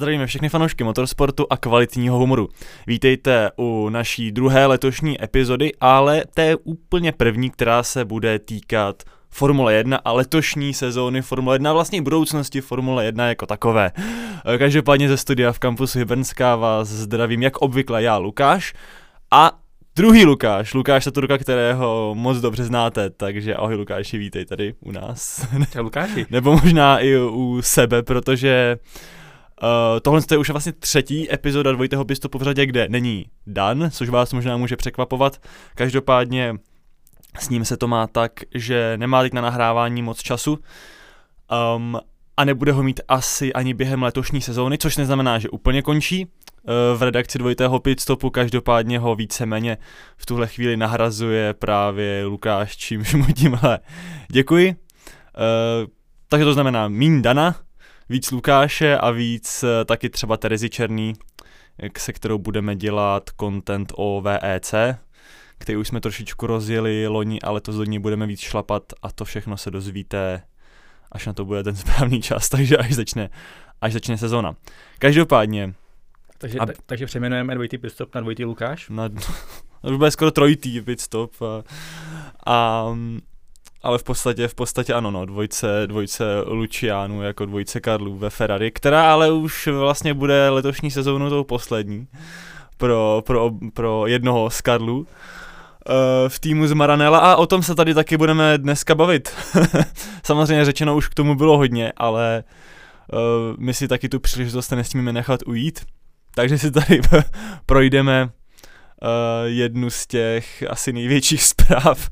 zdravíme všechny fanoušky motorsportu a kvalitního humoru. Vítejte u naší druhé letošní epizody, ale té úplně první, která se bude týkat Formule 1 a letošní sezóny Formule 1 a vlastně budoucnosti Formule 1 jako takové. Každopádně ze studia v kampusu Hybernská vás zdravím jak obvykle já, Lukáš, a druhý Lukáš Saturka, kterého moc dobře znáte, takže ahoj Lukáši, vítej tady u nás. Čau Lukáši. Nebo možná i u sebe, protože tohle je už vlastně třetí epizoda dvojitého pitstopu v řadě, kde není Dan, což vás možná může překvapovat. Každopádně s ním se to má tak, že nemá teď na nahrávání moc času a nebude ho mít asi ani během letošní sezóny, což neznamená, že úplně končí v redakci dvojitého pitstopu, každopádně ho víceméně v tuhle chvíli nahrazuje právě Lukáš, čímž mu tímhle děkuji. Takže to znamená míň Dana, víc Lukáše a víc taky třeba Terezy Černý, se kterou budeme dělat content o VEC, který už jsme trošičku rozjeli loni, ale to do ní budeme víc šlapat a to všechno se dozvíte, až na to bude ten správný čas, takže až začne sezóna. Každopádně. Takže přejmenujeme dvojitý pitstop na dvojitý Lukáš? To bude skoro trojitý pitstop, ale v podstatě ano, no, dvojce Lucianů jako dvojce Karlů ve Ferrari, která ale už vlastně bude letošní sezónu tou poslední pro jednoho z Karlů v týmu z Maranella a o tom se tady taky budeme dneska bavit. Samozřejmě řečeno už k tomu bylo hodně, ale my si taky tu příležitost nesmíme nechat ujít, takže si tady projdeme jednu z těch asi největších zpráv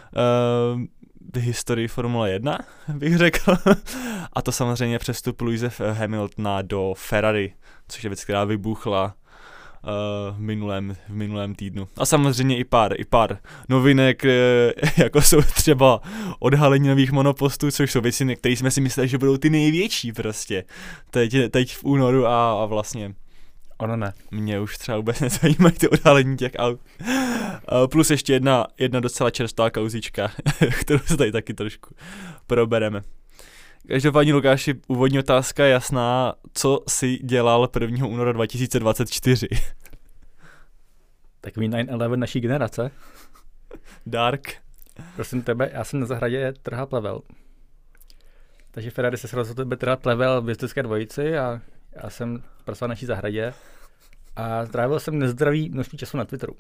v historii Formule 1, bych řekl. A to samozřejmě přestup Lewise Hamiltona do Ferrari, což je věc, která vybuchla v minulém týdnu. A samozřejmě i pár novinek, jako jsou třeba odhalení nových monopostů, což jsou věci, které jsme si mysleli, že budou ty největší prostě. Teď v únoru a vlastně ono ne. Mě už třeba vůbec nezajímají ty odhalení těch aut. Plus ještě jedna docela čerstvá kauzička, kterou se tady taky trošku probereme. Každopádně Lukáši, úvodní otázka je jasná. Co jsi dělal 1. února 2024? Takový 9/11 naší generace. Dark. Prosím tebe, já jsem na zahradě trhal plevel. Takže Ferrari se rozhodl tebe trhat plevel v jezdecké dvojici a já jsem pracoval na naší zahradě a strávil jsem nezdravý množství času na Twitteru,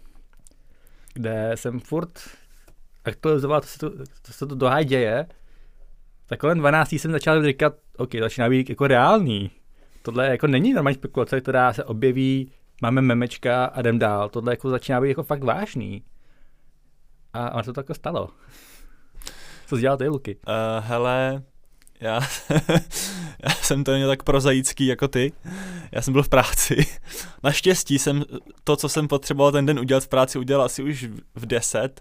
kde jsem furt aktualizoval, co se to doháj děje. Tak kolem 12 jsem začal říkat, OK, začíná být jako reálný. Tohle jako není normální spekulace, která se objeví, máme memečka a jdem dál. Tohle jako začíná být jako fakt vážný. A ono to jako stalo. Co jsi dělal ty, Luky? Hele, já jsem to neměl tak prozaický jako ty. Já jsem byl v práci. Naštěstí jsem to, co jsem potřeboval ten den udělat v práci, udělal asi už v 10.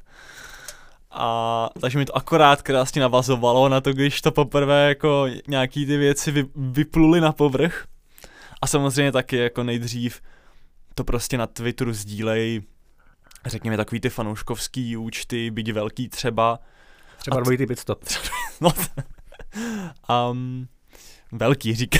A takže mi to akorát krásně navazovalo na to, když to poprvé jako nějaký ty věci vypluly na povrch. A samozřejmě taky jako nejdřív to prostě na Twitteru sdílej, řekněme takový ty fanouškovský účty, byť velký třeba. Třeba dvojitý pitstop. No, velký říkám.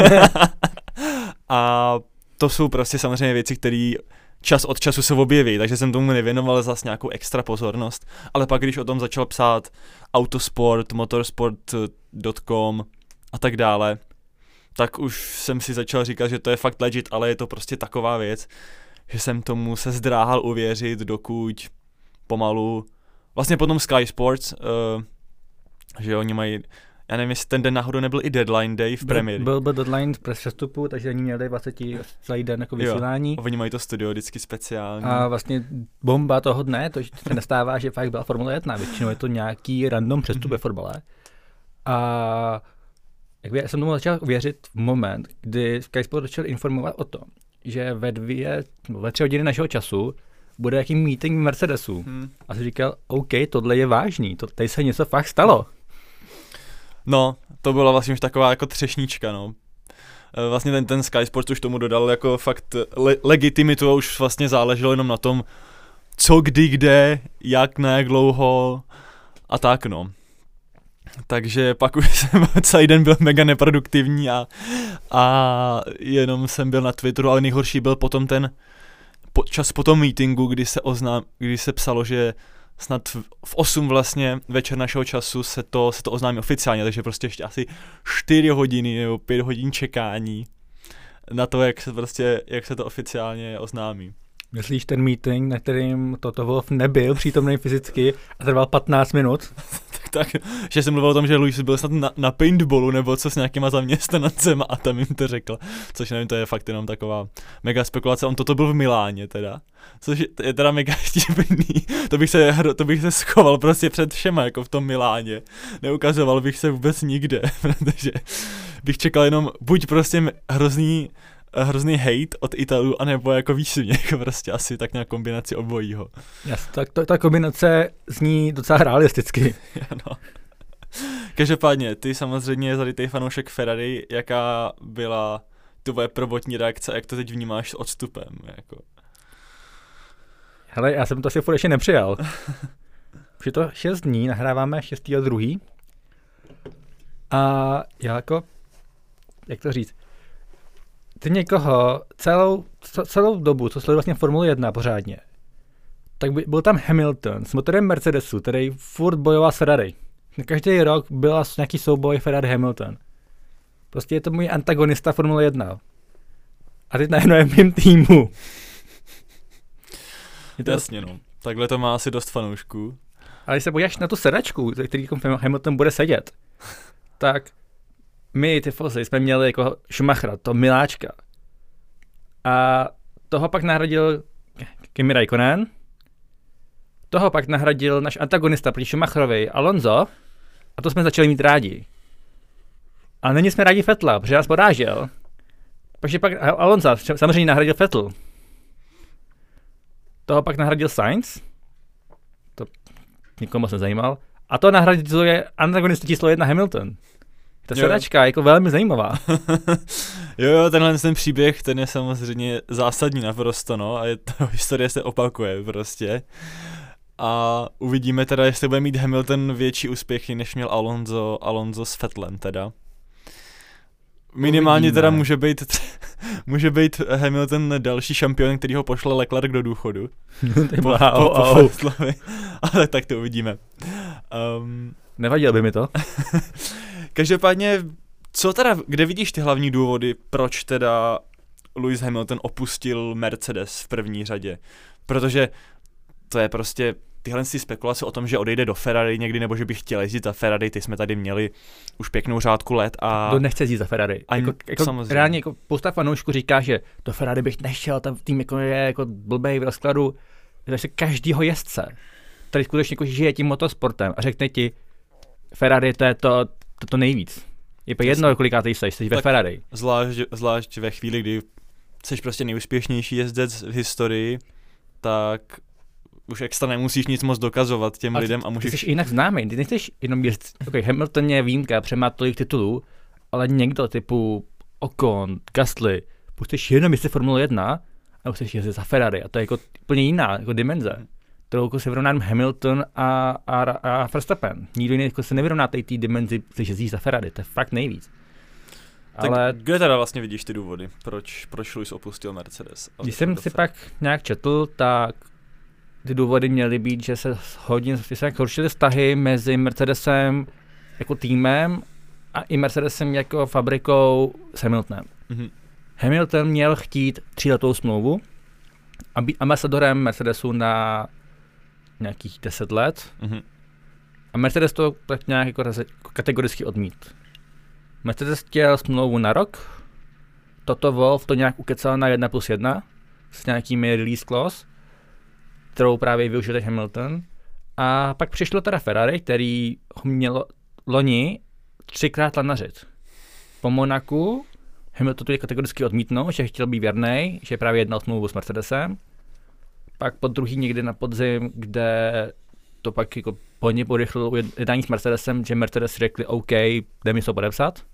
A to jsou prostě samozřejmě věci, které čas od času se objeví, takže jsem tomu nevěnoval zase nějakou extra pozornost, ale pak když o tom začal psát Autosport, motorsport.com a tak dále, tak už jsem si začal říkat, že to je fakt legit, ale je to prostě taková věc, že jsem tomu se zdráhal uvěřit, dokud pomalu, vlastně potom Sky Sports, že oni mají, já nevím, jestli ten den náhodou nebyl i deadline day v premiéře. Byl deadline přes přestupu, takže oni měli 20 celý den jako vysílání. Jo, oni mají to studio vždycky speciální. A vlastně bomba toho dne, to se nestává, že fakt byla Formule 1, většinou je to nějaký random přestup ve fotbale. A jak jsem tomu začal věřit v moment, kdy Sky Sport začal informovat o tom, že ve 3 hodiny našeho času bude jaký meeting Mercedesu. A jsem říkal, OK, tohle je vážný, tady se něco fakt stalo. No, to byla vlastně už taková jako třešnička, no. Vlastně ten Sky Sports už tomu dodal jako fakt legitimitu a už vlastně záleželo jenom na tom, co, kdy, kde, jak, na jak dlouho a tak, no. Takže pak už jsem celý den byl mega neproduktivní a jenom jsem byl na Twitteru, ale nejhorší byl potom ten čas po tom meetingu, kdy se psalo, že snad v 8 vlastně večer našeho času se to oznámí oficiálně, takže prostě ještě asi 4 hodiny nebo 5 hodin čekání na to, jak se to oficiálně oznámí. Myslíš ten meeting, na kterým Toto Wolff nebyl přítomný fyzicky a trval 15 minut? tak, že jsem mluvil o tom, že Luis byl snad na paintballu nebo co s nějakýma zaměstnancema a tam jim to řekl, což nevím, to je fakt jenom taková mega spekulace, on toto byl v Miláně teda, což je teda mega vtipný, to bych se schoval prostě před všema jako v tom Miláně, neukazoval bych se vůbec nikde, protože bych čekal jenom buď prostě hrozný hate od Italů, anebo jako výsměch, prostě asi tak nějak kombinaci obojího. Yes, tak ta kombinace zní docela realisticky. Ano. Každopádně, ty samozřejmě zarytej fanoušek Ferrari, jaká byla tvoje prvotní reakce, jak to teď vnímáš s odstupem? Jako? Hele, já jsem to asi furt ještě nepřijal. Už je to 6 dní, nahráváme 6.2. A já jako, jak to říct, ty někoho celou dobu, co sleduje vlastně Formule 1 pořádně, tak byl tam Hamilton s motorem Mercedesu, který furt bojoval s Ferrari. Každý rok byl nějaký souboj Ferrari-Hamilton. Prostě je to můj antagonista Formule 1. A teď najednou je v mým týmu. Jasně no, takhle to má asi dost fanoušků. Ale když se podíváš na tu sedačku, který Hamilton bude sedět, tak my, ty Fozy, jsme měli jako Schumachera, to miláčka. A toho pak nahradil Kimi Räikkönen. Toho pak nahradil náš antagonista proti Schumacherovi, Alonso. A to jsme začali mít rádi. Ale není jsme rádi Vettela, protože nás porážel. Takže pak Alonso samozřejmě nahradil Vettel. Toho pak nahradil Sainz. To nikomu moc nezajímal. A to nahradil je antagonista číslo 1 Hamilton. Ta sedačka je jako velmi zajímavá. jo, tenhle ten příběh, ten je samozřejmě zásadní naprosto, no, a historie se opakuje prostě. A uvidíme teda, jestli bude mít Hamilton větší úspěchy, než měl Alonso s Vettelem teda. Minimálně teda může být Hamilton další šampion, který ho pošle Leclerc do důchodu. po ale tak to uvidíme. Nevadilo by mi to. Každopádně, kde vidíš ty hlavní důvody, proč teda Lewis Hamilton opustil Mercedes v první řadě? Protože to je prostě tyhle spekulace o tom, že odejde do Ferrari někdy, nebo že by chtěl jezdit za Ferrari, ty jsme tady měli už pěknou řádku let a... To nechce jezdit za Ferrari. Samozřejmě. Reálně jako spousta fanoušků říká, že do Ferrari bych nešel, tam tým jako je jako blbej v rozkladu, takže každýho jezdce, který skutečně jako žije tím motosportem a řekne ti, Ferrari to je to nejvíc. Je po jedno, kolikátej jsi ve Ferrari. Zvlášť ve chvíli, kdy jsi prostě nejúspěšnější jezdec v historii, tak už extra nemusíš nic moc dokazovat těm lidem a můžeš... Ty jsi jinak známý, ty nejseš jenom jezdec. Okay, Hamilton je výjimka, přemá tolik titulů, ale někdo typu Ocon, Gasly, pusteš jenom jezdit Formule 1 a už jsi jezdit za Ferrari a to je jako úplně jiná jako dimenze. Kterou jako se vyrovná Hamilton a Verstappen. Nikdo jiný jako se nevyrovná té dimenzi, když jezdíš za Ferrari, to je fakt nejvíc. Tak ale kde teda vlastně vidíš ty důvody, proč Lewis opustil Mercedes? Když jsem si pak nějak četl, tak ty důvody měly být, že se hodně zhoršily vztahy mezi Mercedesem jako týmem a i Mercedesem jako fabrikou s Hamiltonem. Mm-hmm. Hamilton měl chtít 3letou smlouvu a být ambasadorem Mercedesu na nějakých 10 let. Mm-hmm. A Mercedes to tak nějak jako kategoricky odmít. Mercedes chtěl smlouvu na rok, Toto Wolff to nějak ukecal na 1+1 s nějakými release clause, kterou právě využil Hamilton. A pak přišlo teda Ferrari, který ho mělo loni 3krát lanařit. Po Monaku Hamilton to kategoricky odmítnul, že chtěl být věrnej, že právě jednal smlouvu s Mercedesem. Pak po druhý někdy na podzim, kde to pak jako hodně porychlilo jednání s Mercedesem, že Mercedes řekli OK, jdeme něco podepsat.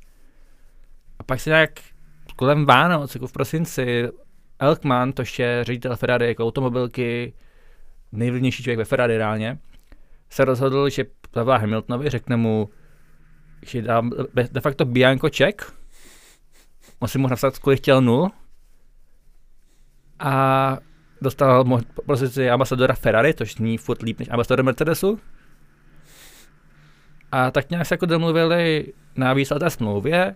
A pak se nějak kolem Vánoc, jako v prosinci, Elkman, to je ředitel Ferrari jako automobilky, nejvlivnější člověk ve Ferrari reálně, se rozhodl, že zavolá Hamiltonovi, řekne mu, že dám de facto bianco ček, on si mohl napsat, kolik chtěl 0 a dostal pozici ambasadora Ferrari, což zní furt líp než ambasador Mercedesu. A tak nějak se jako domluvili na výsledné smlouvě.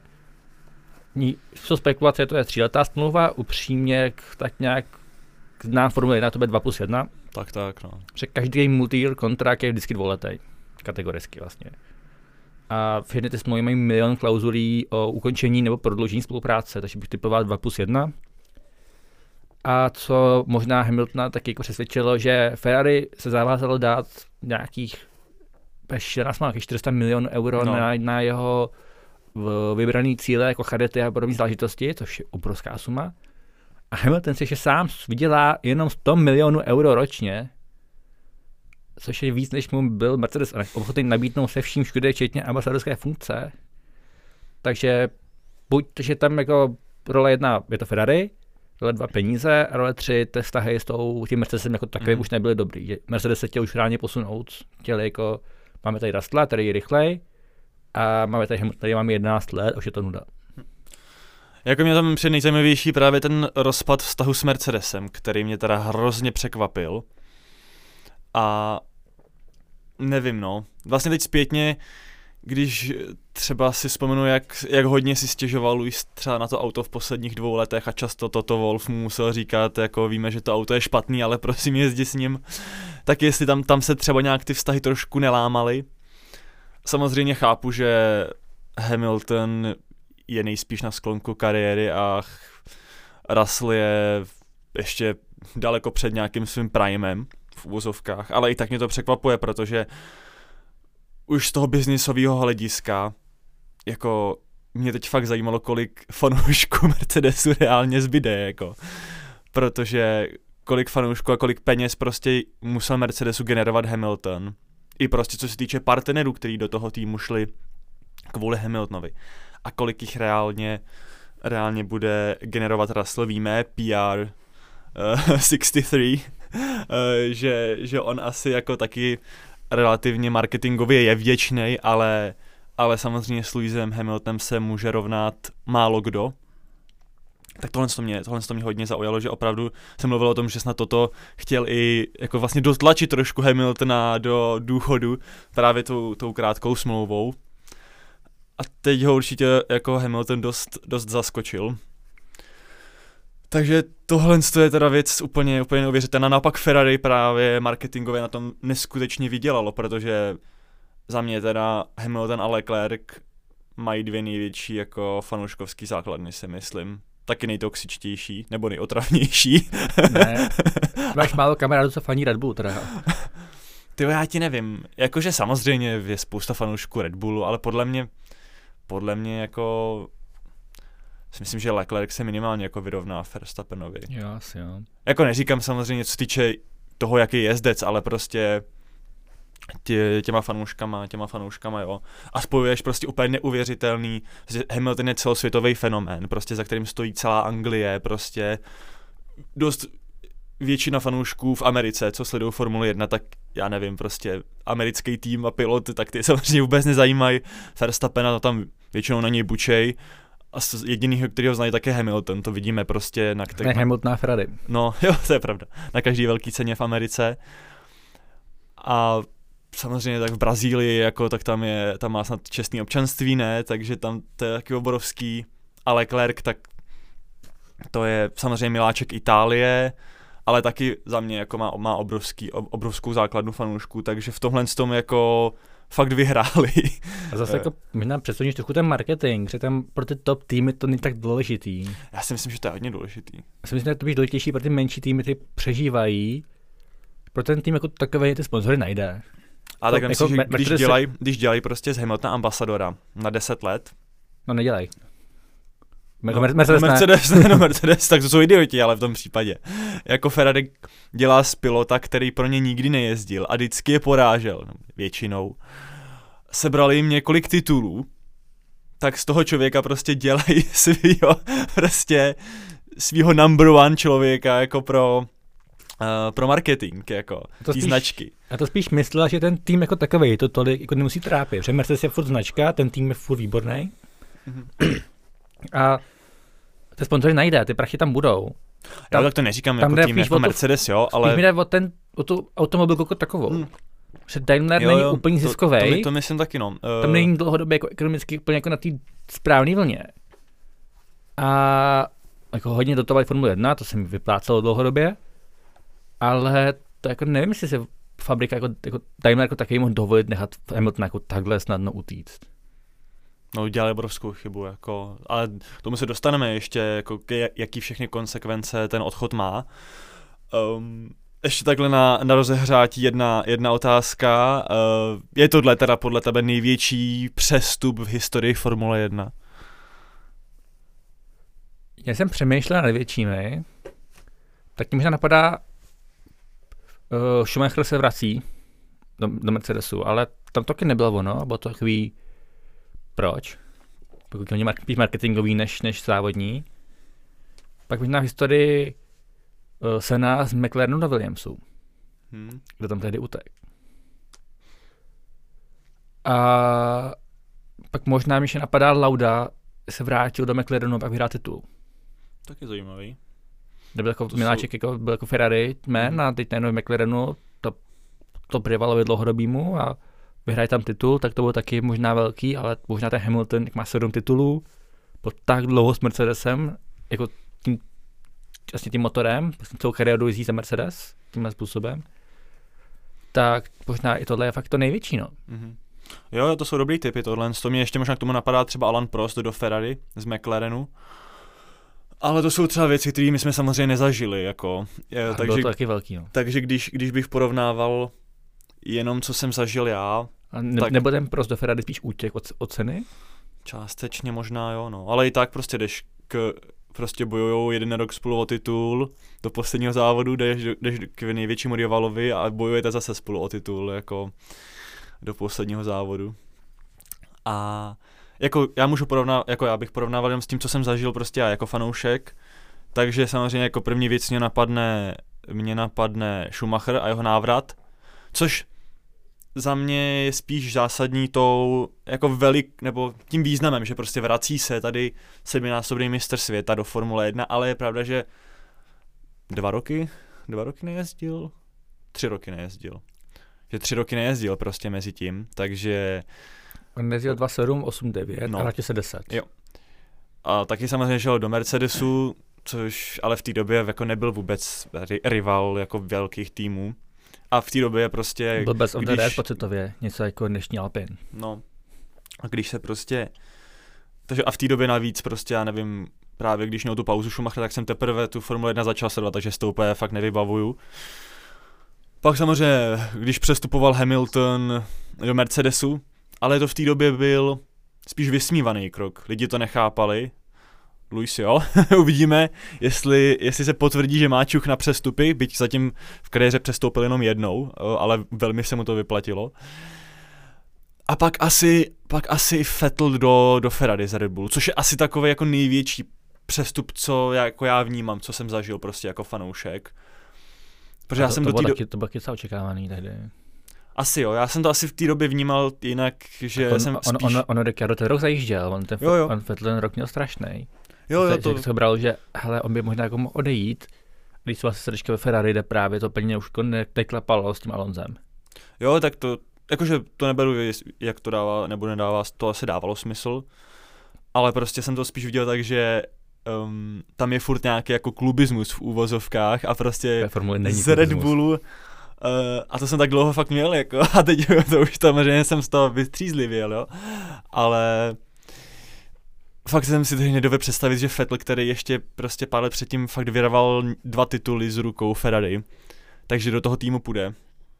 Jsou spekulace, to je 3letá smlouva, upřímně tak nějak znám Formule 1, to bude 2+1. Tak, no. Protože každý multi-year kontrakt je vždycky 2letý, kategoricky vlastně. A všechny ty smlouvy mají milion klauzulí o ukončení nebo prodloužení spolupráce, takže bych typoval 2+1. A co možná Hamiltona taky jako přesvědčilo, že Ferrari se zavázalo dát nějakých 400 milionů euro na jeho vybraný cíle jako charity a podobné záležitosti, což je obrovská suma. A Hamilton si ještě sám vydělá jenom 100 milionů euro ročně, což je víc, než mu byl Mercedes ochotný nabídnout se vším všude, včetně ambasadorské funkce. Takže buď, že tam jako role 1 je to Ferrari, role 2 peníze a role 3 ty vztahy s tím Mercedesem jako takové už nebyly dobrý. Že Mercedes se chtěl už reálně posunout, chtěli jako, máme tady Russella, tady je rychlej, a tady máme 11 let, už je to nuda. Jako mě tam přijde nejzajímavější právě ten rozpad vztahu s Mercedesem, který mě teda hrozně překvapil. A nevím, no. Vlastně teď zpětně, když třeba si vzpomenu, jak hodně si stěžoval Lewis třeba na to auto v posledních 2 letech a často Toto Wolff mu musel říkat, jako víme, že to auto je špatný, ale prosím jezdi s ním, tak jestli tam se třeba nějak ty vztahy trošku nelámaly. Samozřejmě chápu, že Hamilton je nejspíš na sklonku kariéry a Russell je ještě daleko před nějakým svým primem v úvozovkách, ale i tak mě to překvapuje, protože už z toho biznisového hlediska jako mě teď fakt zajímalo, kolik fanoušků Mercedesu reálně zbyde, jako. Protože kolik fanoušků a kolik peněz prostě musel Mercedesu generovat Hamilton. I prostě co se týče partnerů, kteří do toho týmu šli kvůli Hamiltonovi. A kolik jich reálně bude generovat Russell, víme, PR 63, že on asi jako taky relativně marketingově je vděčnej, ale samozřejmě s Lewisem Hamiltonem se může rovnat málo kdo. Tak tohle mě hodně zaujalo, že opravdu jsem mluvil o tom, že snad toto chtěl i jako vlastně dotlačit trošku Hamiltona do důchodu právě tou krátkou smlouvou. A teď ho určitě jako Hamilton dost zaskočil. Takže tohle je teda věc úplně neuvěřitelná. Naopak Ferrari právě marketingově na tom neskutečně vydělalo, protože za mě teda Hamilton a Leclerc mají 2 největší jako fanouškovský základny, si myslím. Taky nejtoxičtější, nebo nejotravnější. Ne, máš málo kamarádů, co faní Red Bull teda. Ty já ti nevím, jakože samozřejmě je spousta fanoušků Red Bullu, ale podle mě jako si myslím, že Leclerc se minimálně jako vyrovná Verstappenovi. Jo, asi jo. Jako neříkám samozřejmě, co se týče toho, jaký je jezdec, ale prostě těma fanouškama, jo. A spojuješ prostě úplně neuvěřitelný, že Hamilton je celosvětový fenomén, prostě za kterým stojí celá Anglie, prostě dost většina fanoušků v Americe, co sledují Formule 1, tak já nevím, prostě americký tým a pilot, tak ty samozřejmě vůbec nezajímají. Verstappena to tam většinou na něj bučej. A jedinýho, kterýho znají, tak je Hamilton, to vidíme prostě na Hamilton a Ferrari. No, jo, to je pravda. Na každý velký ceně v Americe. A samozřejmě tak v Brazílii, jako, tak tam má snad čestný občanství, ne, takže tam to je taky obrovský. A Leclerc, tak to je samozřejmě miláček Itálie, ale taky za mě jako má obrovskou základnu fanoušků, takže v tomhle tom jako fakt vyhráli. A zase jako možná představníš trochu ten marketing, že tam pro ty top týmy to není tak důležitý. Já si myslím, že to je hodně důležitý. Já si myslím, že to být důležitější pro ty menší týmy, ty přežívají. Pro ten tým jako takové ty sponzory najde. A tak myslím, že když dělají prostě z Hamiltona ambasadora na 10 let. No nedělají. Mercedes, tak to jsou idioti, ale v tom případě. Jako Ferrari dělá z pilota, který pro ně nikdy nejezdil a vždycky je porážel, většinou. Sebrali jim několik titulů, tak z toho člověka prostě dělají svýho number one člověka jako pro marketing, jako, ty značky. Já to spíš myslela, že ten tým jako takovej to tolik jako nemusí trápit, protože Mercedes je furt značka, ten tým je furt výborný. A ty sponzory najde, ty prachy tam budou. Já tak to neříkám jako tým jako Mercedes, jo, ale... Spíš mi jde o tu automobilku jako takovou. Že Daimler není úplně ziskovej. To myslím taky, no. Tam není dlouhodobě jako ekonomicky úplně jako na té správné vlně. A jako hodně dotovali Formule 1, to se mi vyplácelo dlouhodobě. Ale to jako nevím, jestli se fabrika jako Daimler jako taky mohl dovolit nechat Hamiltona jako takhle snadno utíct. No, udělali obrovskou chybu, jako, ale tomu se dostaneme ještě, jako, jaký všechny konsekvence ten odchod má. Ještě takhle na rozehřátí jedna otázka. Je tohle teda podle tebe největší přestup v historii Formule 1? Já jsem přemýšlel nad největšími, tak tím možná napadá Schumacher se vrací do Mercedesu, ale tam taky nebylo ono, bylo to takový proč? Pokud oni spíš marketingový než závodní. Pak možná v historii Senna z McLarenu do Williamsu. Kdo tam tehdy utek. A pak možná mi ještě napadá Lauda, se vrátil do McLarenu a pak vyhrál titul. Tak je zajímavý. Byl jako miláček, jako, byl jako Ferrari man a teď najednou v McLarenu to privalovi dlouhodobýmu a vyhraje tam titul, tak to bylo taky možná velký, ale možná ten Hamilton, jak má 7 titulů, po tak dlouho s Mercedesem, jako tím motorem, vlastně celou kariéru jezdí za Mercedes, tímhle způsobem, tak možná i tohle je fakt to největší, no. Jo, to jsou dobrý tipy, tohle. To mě ještě možná k tomu napadá třeba Alain Prost do Ferrari z McLarenu. Ale to jsou třeba věci, které my jsme samozřejmě nezažili, jako. Takže, bylo to taky velký, no. Takže když bych porovnával jenom, co jsem zažil já. Nebo ten Prost do Ferrari spíš útěk od ceny? Částečně možná, jo, no. Ale i tak prostě jdeš prostě bojujou jeden rok spolu o titul, do posledního závodu jdeš k největšímu rivalovi a bojujete zase spolu o titul, jako do posledního závodu. A jako já bych porovnával jenom s tím, co jsem zažil prostě já jako fanoušek, takže samozřejmě jako první věc mě napadne Schumacher a jeho návrat, což za mě je spíš zásadní tou jako nebo tím významem, že prostě vrací se tady 7násobný mistr světa do Formule 1, ale je pravda, že 2 roky nejezdil, 3 roky nejezdil. Že 3 roky nejezdil prostě mezi tím, takže... On jezdil 2,7, 8, 9 a vrátil se 10. Jo. A taky samozřejmě šel do Mercedesu, což ale v té době jako nebyl vůbec rival jako velkých týmů. A v té době prostě... Byl bez of the rest pocitově, něco jako dnešní Alpin. No, a když se prostě... Takže a v té době navíc prostě, já nevím, právě když měl tu pauzu Schumacher, tak jsem teprve tu Formule 1 začal sledovat, takže s tou úplně fakt nevybavuju. Pak samozřejmě, když přestupoval Hamilton do Mercedesu, ale to v té době byl spíš vysmívaný krok. Lidi to nechápali. Luis, jo, uvidíme, jestli se potvrdí, že má čuch na přestupy, byť zatím v kariéře přestoupil jenom jednou, ale velmi se mu to vyplatilo. A pak asi Vettel do Ferrari za Red Bull, což je asi takový jako největší přestup, co jako já vnímám, co jsem zažil prostě jako fanoušek. Protože já jsem to bylo taky očekávaný tehdy. Asi jo, já jsem to asi v té době vnímal jinak, že jsem spíš... Ono Ricciardo ten rok zajížděl, on Vettel ten rok měl strašnej. Jo, to se bral, že hele, on by možná jako mohl odejít, když se vlastně srdečka ve Ferrari, kde právě to plně už neklapalo s tím Alonsem. Jo, tak to, jakože to neberu, jak to dává nebo nedává, to asi dávalo smysl, ale prostě jsem to spíš viděl tak, že tam je furt nějaký jako klubismus v úvozovkách a prostě z Red Bullu a to jsem tak dlouho fakt měl, jako, a teď to už samozřejmě jsem z toho vystřízlivěl, jo, ale fakt jsem si to nedovedl představit, že Vettel, který ještě prostě pár let předtím fakt vyrval 2 tituly z rukou Ferrari, takže do toho týmu půjde.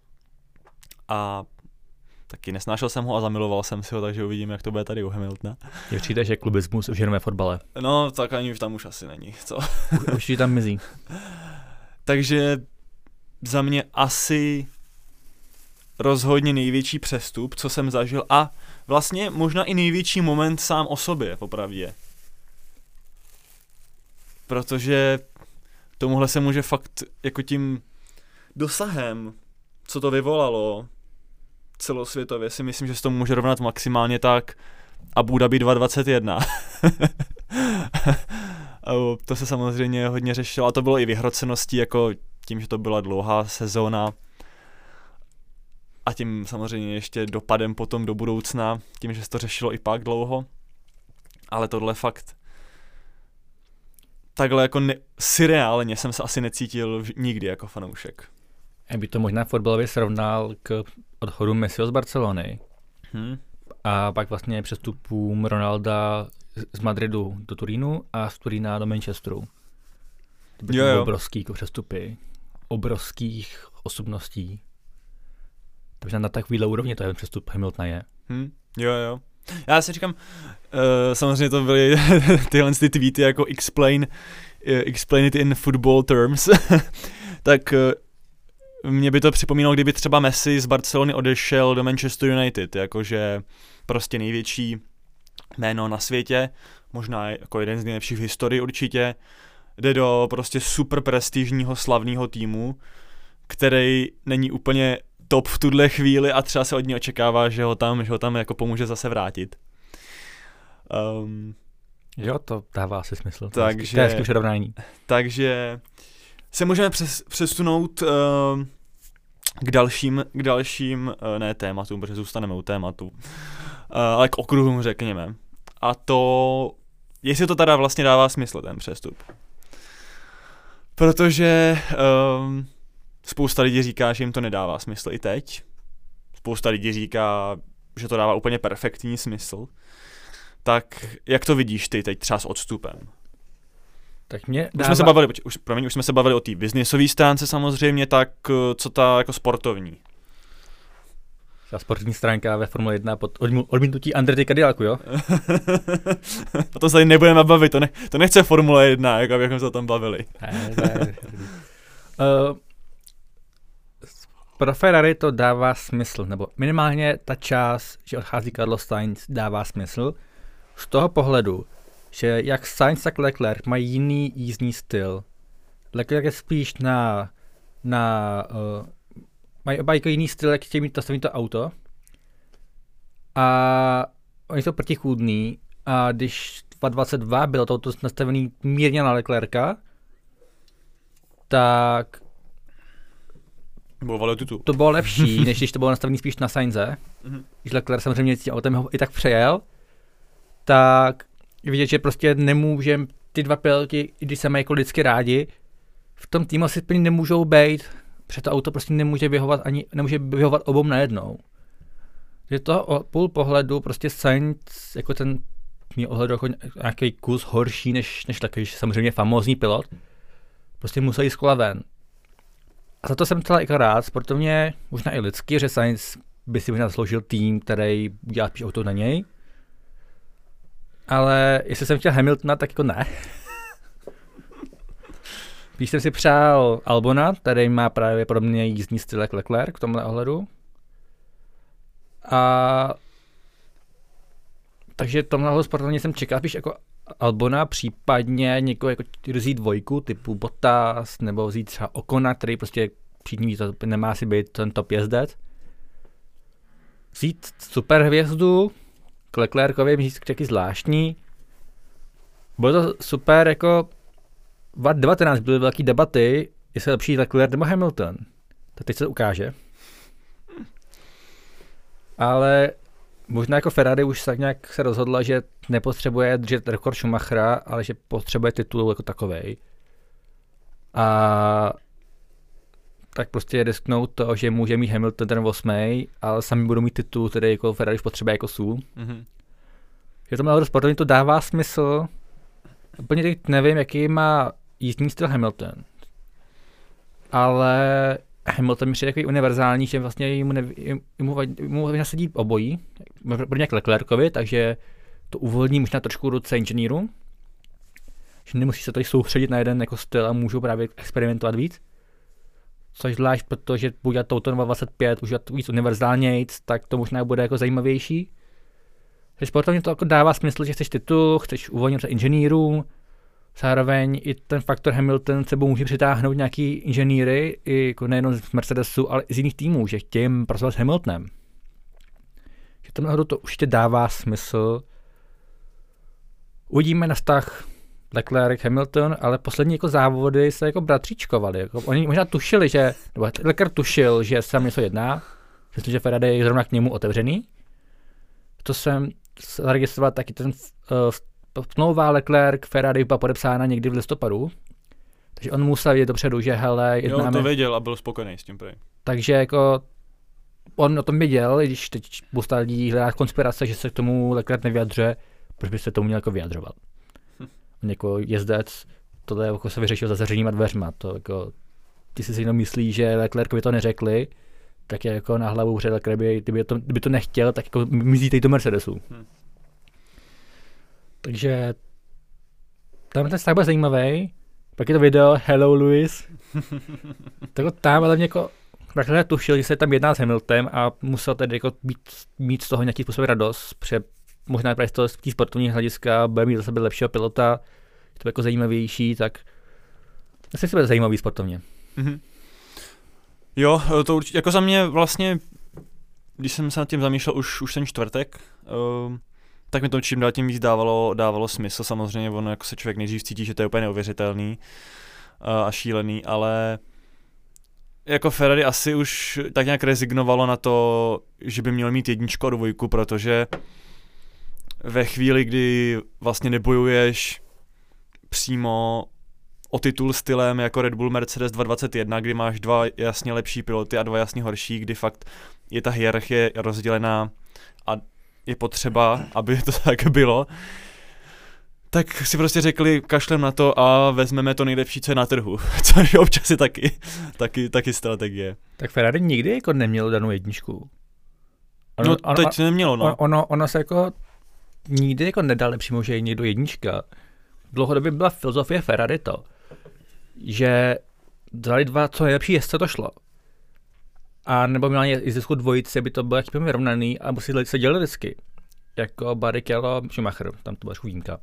A taky nesnášel jsem ho a zamiloval jsem si ho, takže uvidíme, jak to bude tady u Hamiltona. Je přijde, že klubismus už jenom ve fotbale. No, tak ani tam už asi není, co? Už ji tam mizí. Takže za mě asi rozhodně největší přestup, co jsem zažil a vlastně možná i největší moment sám o sobě, popravdě. Protože tomuhle se může fakt jako tím dosahem, co to vyvolalo celosvětově, si myslím, že se to může rovnat maximálně tak Abu Dhabi 2021. To se samozřejmě hodně řešilo a to bylo i vyhroceností, jako tím, že to byla dlouhá sezóna a tím samozřejmě ještě dopadem potom do budoucna, tím, že se to řešilo i pak dlouho. Ale tohle fakt takhle jako surreálně jsem se asi necítil nikdy jako fanoušek. Já by to možná fotbalově srovnal k odchodu Messiho z Barcelony. A pak vlastně přestupům Ronalda z Madridu do Turínu a z Turína do Manchesteru. To byly obrovský jako přestupy. Obrovských osobností. Takže na takovýhle úrovni to je přestup Hamiltona je. Jo. Já si říkám, samozřejmě to byly tyhle ty tweety jako explain it in football terms, tak mě by to připomínalo, kdyby třeba Messi z Barcelony odešel do Manchester United, jakože prostě největší jméno na světě, možná jako jeden z nejlepších v historii určitě, jde do prostě super prestižního slavného týmu, který není úplně top v tuhle chvíli a třeba se od ní očekává, že ho tam jako pomůže zase vrátit. Jo, to dává asi smysl. Takže, to je hezké přirovnání. Takže se můžeme přesunout k dalším ne tématům, protože zůstaneme u tématu, ale k okruhům řekněme. A to, jestli to teda vlastně dává smysl ten přestup. Protože spousta lidí říká, že jim to nedává smysl i teď. Spousta lidí říká, že to dává úplně perfektní smysl. Tak jak to vidíš ty teď třeba s odstupem? Tak mě už jsme se bavili o té biznisové stránce samozřejmě, tak co ta jako sportovní? Ta sportovní stránka ve Formule 1 pod odmítnutí Andretti Cadillacu, jo? O tom se tady nebudeme bavit, to nechce Formule 1, jako abychom se o tom bavili. Pro Ferrari to dává smysl, nebo minimálně ta část, že odchází Carlos Sainz, dává smysl. Z toho pohledu, že jak Sainz, tak Leclerc mají jiný jízdní styl. Leclerc je spíš mají oba jako jiný styl, jak chtějí mít to auto. A oni jsou protichůdný. A když 2022 bylo to nastavený mírně na Leclerca, tak to bylo lepší, než když to bylo nastavený spíš na Sainze. Když Leclerc samozřejmě tím autem i tak přejel, tak vidět, že prostě nemůžeme ty dva piloti, i když se mají jako lidsky rádi, v tom týmu asi plně nemůžou být, protože to auto prostě nemůže vyhovovat obou najednou. že to půl pohledu prostě Sainz jako ten mě ohledu jako nějaký kus horší než takový, samozřejmě famózní pilot, prostě musel jít z kola ven. A za to jsem celá jako rád, sportovně, možná i lidsky, že Sainz by si možná zasloužil tým, který dělá spíš auto na něj. Ale jestli jsem chtěl Hamiltona, tak jako ne. Když jsem si přál Albona, který má právě podobně jízdní styl jak Leclerc v tomhle ohledu. A takže tomhle sportovně jsem čekal spíš jako Albona, případně někoho jako vzít dvojku typu Bottas, nebo vzít třeba Ocona, který prostě všichni to nemá si být ten top jezdec. Vzít super hvězdu, k Leclercovi mi taky zvláštní. Bylo to super, jako v 19 byly velké debaty, jestli je lepší Leclerc nebo Hamilton. Tak teď se to ukáže. Ale možná jako Ferrari už tak nějak se rozhodla, že nepotřebuje držet rekord Schumachera, ale že potřebuje titul jako takovej. A tak prostě risknout to, že může mít Hamilton ten 8, ale sami budou mít titul, který jako Ferrari už potřebuje jako sůl. Mm-hmm. Že to má sportovně to dává smysl. Úplně teď nevím, jaký má jízdní styl Hamilton. Ale Hamilton mi přijde takový univerzální, že vlastně mu nasadí obojí, pro nějak Leclercovi, takže to uvolní možná trošku ruce inženýrů, že nemusí se tady soustředit na jeden jako styl a můžou právě experimentovat víc. Což zvlášť, protože bude to 25, už víc univerzálnějc, tak to možná bude jako zajímavější. Takže sportovně to jako dává smysl, že chceš titul, chceš uvolnit se inženýrům, zároveň i ten faktor Hamilton sebou může přitáhnout nějaký inženýry, i jako nejenom z Mercedesu, ale i z jiných týmů, že chtějí pracovat s Hamiltonem. Že tam nahoru to určitě dává smysl. Uvidíme na vztah Leclerc-Hamilton, ale poslední jako závody se jako bratříčkovali. Jako oni možná tušili, že, nebo Leclerc tušil, že se tam něco jedná, že Ferrari je zrovna k němu otevřený. To jsem zaregistroval taky ten smlouva Leclerc Ferrari byla podepsána někdy v listopadu. Takže on musel vědět dopředu, že hele, jednáme. Jo, to věděl a byl spokojený s tím prej. Takže jako on o tom věděl, když teď spousta lidí hledá konspirace, že se k tomu Leclerc nevyjadřuje, proč by se tomu měl jako vyjadřovat. On jako jezdec, tohle jako se vyřešil za zavřenýma dveřma. To jako, ty si jenom myslí, že Leclercovi to neřekli, tak je jako na hlavu hře Leclerc, kdyby to nechtěl, tak jako mizí teď do Mercedesu. Takže tam ten vztah byl zajímavý. Pak je to video Hello Lewis. Tak tam ale mě jako Leclerc tušil, že se tam jedná s Hamiltonem a musel tedy jako mít z toho nějaký způsob radost, protože možná právě z toho sportovní hlediska bude mít za sebe lepšího pilota, je to jako zajímavější, tak asi to bude zajímavý sportovně. Mm-hmm. Jo, to určitě, jako za mě vlastně, když jsem se nad tím zamýšlel už ten čtvrtek, tak mi to čím dál tím víc dávalo smysl. Samozřejmě ono jako se člověk nejdřív cítí, že to je úplně neuvěřitelný a šílený, ale jako Ferrari asi už tak nějak rezignovalo na to, že by měl mít 1 a 2, protože ve chvíli, kdy vlastně nebojuješ přímo o titul stylem jako Red Bull Mercedes 221, kdy máš 2 jasně lepší piloty a 2 jasně horší, kdy fakt je ta hierarchie rozdělená a je potřeba, aby to tak bylo, tak si prostě řekli, kašlem na to a vezmeme to nejlepší, co je na trhu, což občas je taky strategie. Tak Ferrari nikdy jako nemělo danou 1. Teď nemělo, no. Ono se jako nikdy jako nedal přímo, že je někdo 1. Dlouhodobě byla filozofie Ferrari to, že dali 2 co nejlepší jezdce to šlo. A nebo měla jezdeckou 2, by to bylo jaký vyrovnaný a museli se dělat vždycky. Jako Barrichello, Schumacher, tam to byla výjimka.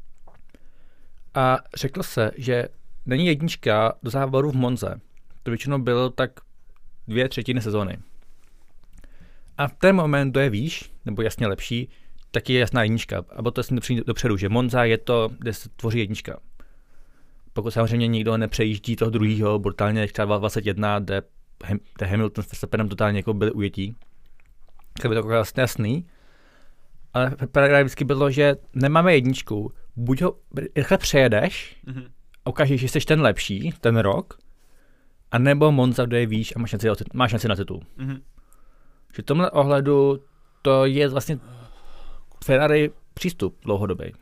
A řeklo se, že není 1 do závodu v Monze. To většinou bylo tak 2/3 sezóny. A v ten moment, kdo je výš, nebo jasně lepší, tak je jasná 1. A to je dopředu, že Monza je to, kde se tvoří 1. Pokud samozřejmě nikdo nepřejíždí toho druhýho, brutálně jak třeba 21, kde Hamilton s Verstappenem totálně jako byli ujetí, tak by to jako jasný. Ale právě vždycky bylo, že nemáme 1, buď ho rychle přejedeš a ukážeš, že jsi ten lepší, ten rok, anebo Monza, kde je výš a máš šanci na titul. Že v tomhle ohledu to je vlastně Ferrari přístup dlouhodobý.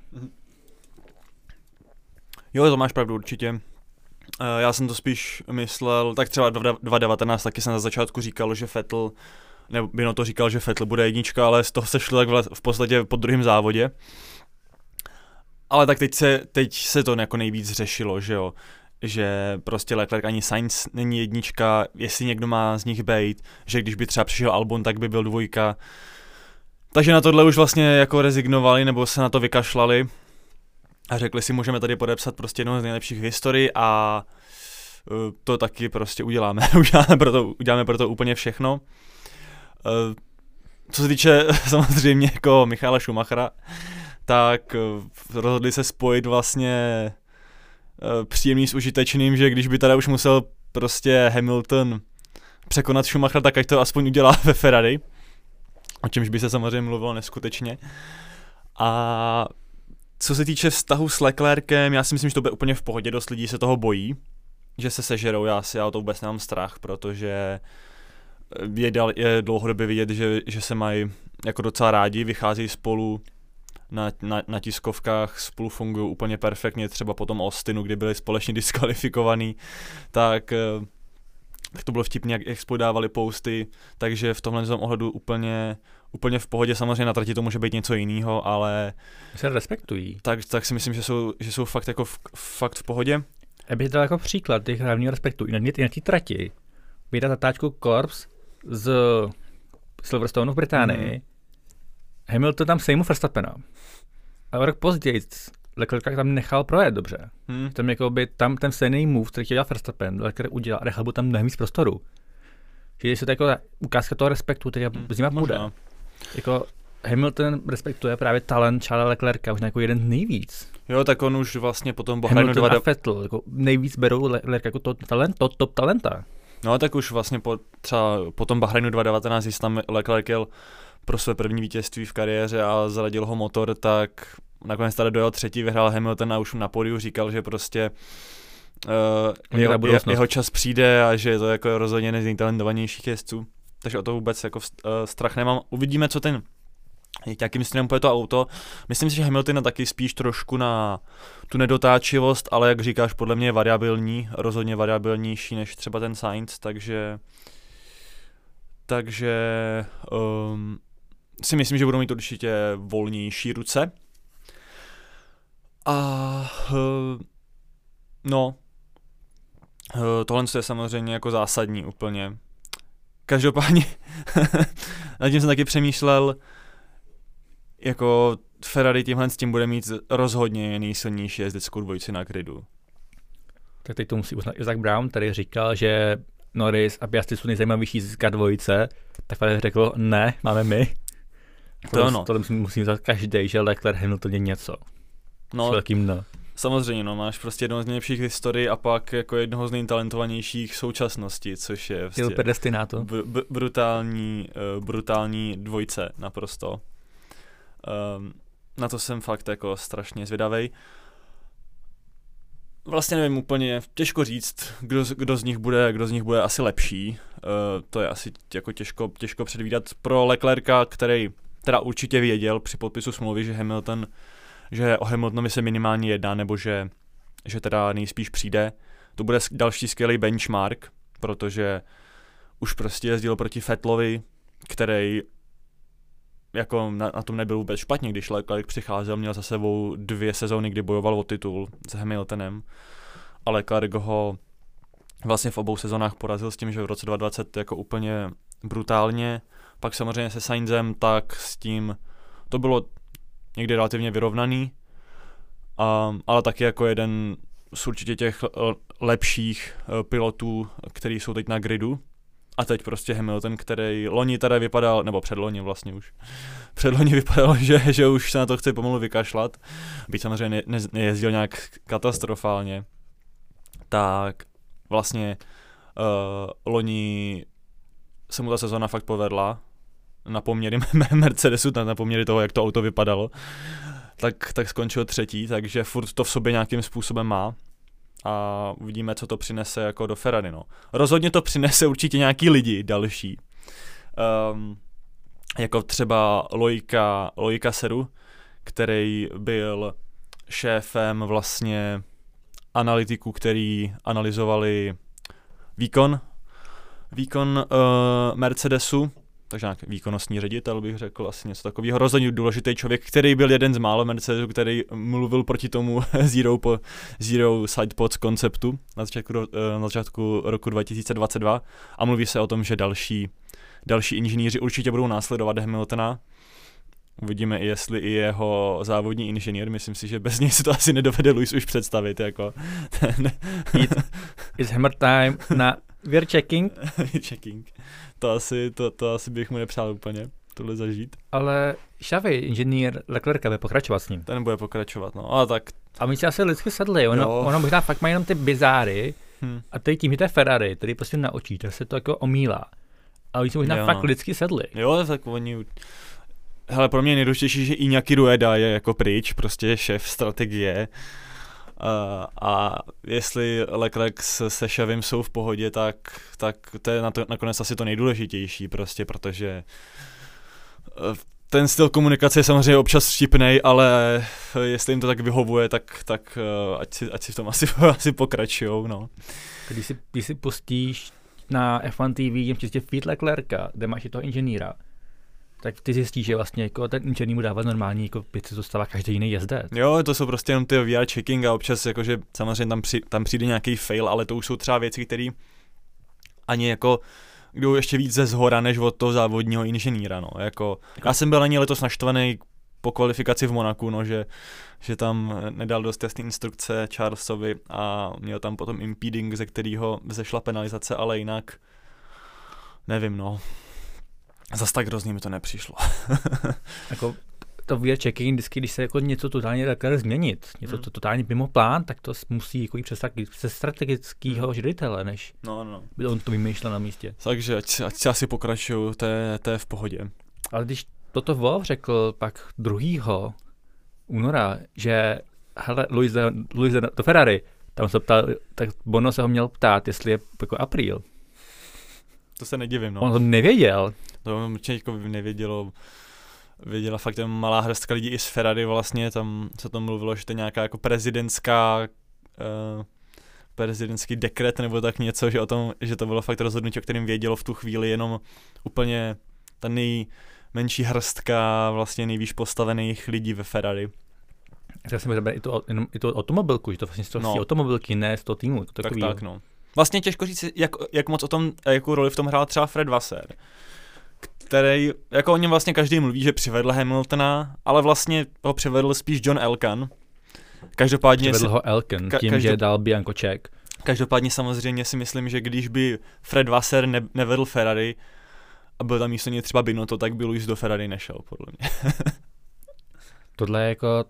Jo, to máš pravdu určitě. Já jsem to spíš myslel, tak třeba 2019 taky jsem na začátku říkal, že Vettel, nebo Bino to říkal, že Vettel bude 1, ale z toho se šlo tak v podstatě po druhém závodě. Ale tak teď se to jako nejvíc řešilo, že jo, že prostě Leclerc ani Sainz není 1, jestli někdo má z nich bejt, že když by třeba přišel Albon, tak by byl 2. Takže na tohle už vlastně jako rezignovali, nebo se na to vykašlali a řekli si, můžeme tady podepsat prostě jednoho z nejlepších v historii a to taky prostě uděláme. uděláme pro to úplně všechno. Co se týče samozřejmě jako Michaela Schumachera, tak rozhodli se spojit vlastně příjemný s užitečným, že když by teda už musel prostě Hamilton překonat Schumachera, tak ať to aspoň udělá ve Ferrari, o čemž by se samozřejmě mluvilo neskutečně. A co se týče vztahu s Leclercem, já si myslím, že to bude úplně v pohodě, dost lidí se toho bojí, že se sežerou, já o to vůbec nemám strach, protože je dlouhodobě vidět, že se mají jako docela rádi, vycházejí spolu na tiskovkách, spolu fungují úplně perfektně, třeba po tom Austinu, kdy byli společně diskvalifikovaní, tak to bylo vtipně, jak spolu dávali posty, takže v tomhle ohledu úplně v pohodě, samozřejmě na trati to může být něco jiného, ale se respektují. Tak si myslím, že jsou fakt jako fakt v pohodě. Já bych dal jako příklad těch hlavního respektu. I na té trati vyjde zatáčku Corps z Silverstone v Británii. Hamilton tam sejmu Verstappena. A rok později Leclerca tam nechal projet dobře. Tam, jakoby, tam ten stejný move, který chtěl dělat Verstappen, Leclerc udělal a nechal tam mnohem víc prostoru. Že je to jako ukázka toho respektu, který s nima půjde. Jako Hamilton respektuje právě talent Charlesa Leclerca už jako jeden z nejvíc. Jo, tak on už vlastně potom Bahrajnu 2... Hamilton a Vettel, jako nejvíc berou Leclerc jako top talenta. No tak už vlastně třeba po tom Bahrajnu 2019, když tam Leclerc jel pro své první vítězství v kariéře a zaladil ho motor, tak nakonec tady dojel třetí, vyhrál Hamilton a už na pódiu říkal, že prostě jeho čas přijde a že je to jako rozhodně jeden z nejtalentovanějších jezdců. Takže o to vůbec jako strach nemám. Uvidíme, co jakým stylem půjde to auto. Myslím si, že Hamilton je taky spíš trošku na tu nedotáčivost, ale jak říkáš, podle mě je variabilní, rozhodně variabilnější než třeba ten Sainz, takže si myslím, že budou mít určitě volnější ruce. A tohle je samozřejmě jako zásadní úplně. Každopádně nad tím jsem taky přemýšlel, jako Ferrari tímhle s tím bude mít rozhodně nejsilnější jezdeckou dvojici na gridu. Tak teď to musí uznat Isaac Brown, který říkal, že Norris a Piastri jsou nejzajímavější jezdecká dvojice, tak Ferrari řekl, ne, máme my. To musím říct každý, že Leclerc Hamilton je něco. No, velkým no. Samozřejmě, máš prostě jednoho z nejlepších historií a pak jako jednoho z nejtalentovanějších současnosti, což je vlastně brutální dvojce naprosto. Na to jsem fakt jako strašně zvědavej. Vlastně nevím úplně, těžko říct, kdo z nich bude asi lepší. To je asi jako těžko předvídat. Pro Leclerca, který teda určitě věděl při podpisu smlouvy, že o Hamiltonovi se minimálně jedná, nebo že teda nejspíš přijde. To bude další skvělý benchmark, protože už prostě jezdil proti Vettelovi, který jako na tom nebyl vůbec špatně, když Leclerc přicházel, měl za sebou 2 sezóny, kdy bojoval o titul s Hamiltonem, a Leclerc ho vlastně v obou sezónách porazil s tím, že v roce 2020 jako úplně brutálně, pak samozřejmě se Sainzem, tak s tím to bylo někdy relativně vyrovnaný, ale taky jako jeden z určitě těch lepších pilotů, který jsou teď na gridu. A teď prostě Hamilton, který loni teda vypadal, nebo předloni vlastně už, předloni vypadal, že už se na to chce pomalu vykašlat, byť samozřejmě nejezdil nějak katastrofálně, tak vlastně loni se mu ta sezóna fakt povedla, na poměry Mercedesu, na poměry toho, jak to auto vypadalo, tak skončil 3., takže furt to v sobě nějakým způsobem má. A uvidíme, co to přinese jako do Ferrari, no. Rozhodně to přinese určitě nějaký lidi další. Jako třeba Loika Seru, který byl šéfem vlastně analytiků, který analyzovali výkon Mercedesu, takže nějaký výkonnostní ředitel, bych řekl, asi něco takového. Rozhodně důležitý člověk, který byl jeden z málo Mercedesu, který mluvil proti tomu Zero Sidepods konceptu na začátku roku 2022 a mluví se o tom, že další inženýři určitě budou následovat Hamiltona. Uvidíme, jestli i jeho závodní inženýr, myslím si, že bez něj si to asi nedovede Lewis už představit. Jako It's hammer time na we're checking. To asi bych mu nepřál úplně, tohle zažít. Ale Xavi, inženýr Leclerca, bude pokračovat s ním. Ten bude pokračovat, no, ale tak. A my si asi lidsky sedli, ono možná fakt má jenom ty bizáry a tady tím, že to je Ferrari, který prostě na očí, tak se to jako omílá. A oni si možná fakt lidsky sedli. Jo, tak oni. Hele, pro mě je nejdůležitější, že Iñaki Rueda je jako pryč, prostě šéf strategie. A jestli Leclerc se Xavim jsou v pohodě, tak to je nakonec asi to nejdůležitější, prostě, protože ten styl komunikace je samozřejmě občas vtipnej, ale jestli jim to tak vyhovuje, tak ať si v tom asi pokračujou, no. Když si pustíš na F1 TV čistě feed Leclerca, kde máš i toho inženýra, tak ty zjistíš, že vlastně jako ten inženýr mu dává normální, jako pět dostává každý jiný jezdec. Jo, to jsou prostě jenom ty VR checking a občas jakože samozřejmě tam přijde nějaký fail, ale to už jsou třeba věci, které ani jako jdou ještě víc ze zhora, než od toho závodního inženýra, no. Jako, já jsem byl na něj letos naštvaný po kvalifikaci v Monaku, no, že tam nedal dost jasný instrukce Charlesovi a měl tam potom impeding, ze kterého vzešla penalizace, ale jinak nevím, no. Zas tak hrozný mi to nepřišlo. Jako to weird checking, vždycky, když se jako něco totálně takhle změnit, něco to totálně mimo plán, tak to musí jako jít přes strategického ředitele, než by on to vymýšlel na místě. Takže ať asi pokračuju, to je v pohodě. Ale když toto Wolff řekl pak 2. února, že hele, Luis do Ferrari, tam se ptal, tak Bono se ho měl ptát, jestli je jako apríl. To se nedivím, no. On to nevěděl. To určitě jako věděla fakt jen malá hrstka lidí i z Ferrari vlastně, tam se to mluvilo, že to je nějaká jako prezidentský dekret nebo tak něco, že to bylo fakt rozhodnutí, o kterém vědělo v tu chvíli jenom úplně ta nejmenší hrstka vlastně nejvíc postavených lidí ve Ferrari. Já jsem říkal i tu automobilku, že to vlastně z toho automobilky, ne z toho týmu. To tak, no. Vlastně těžko říct, jak moc o tom, jakou roli v tom hrál třeba Fred Vasseur, který, jako o něm vlastně každý mluví, že přivedl Hamiltona, ale vlastně ho přivedl spíš John Elkann. Každopádně přivedl ho Elkann tím, že dal Bianco check. Každopádně samozřejmě si myslím, že když by Fred Vasseur nevedl Ferrari a byl tam místo něj třeba Binotto, tak by Luis do Ferrari nešel, podle mě. Tohle je jako...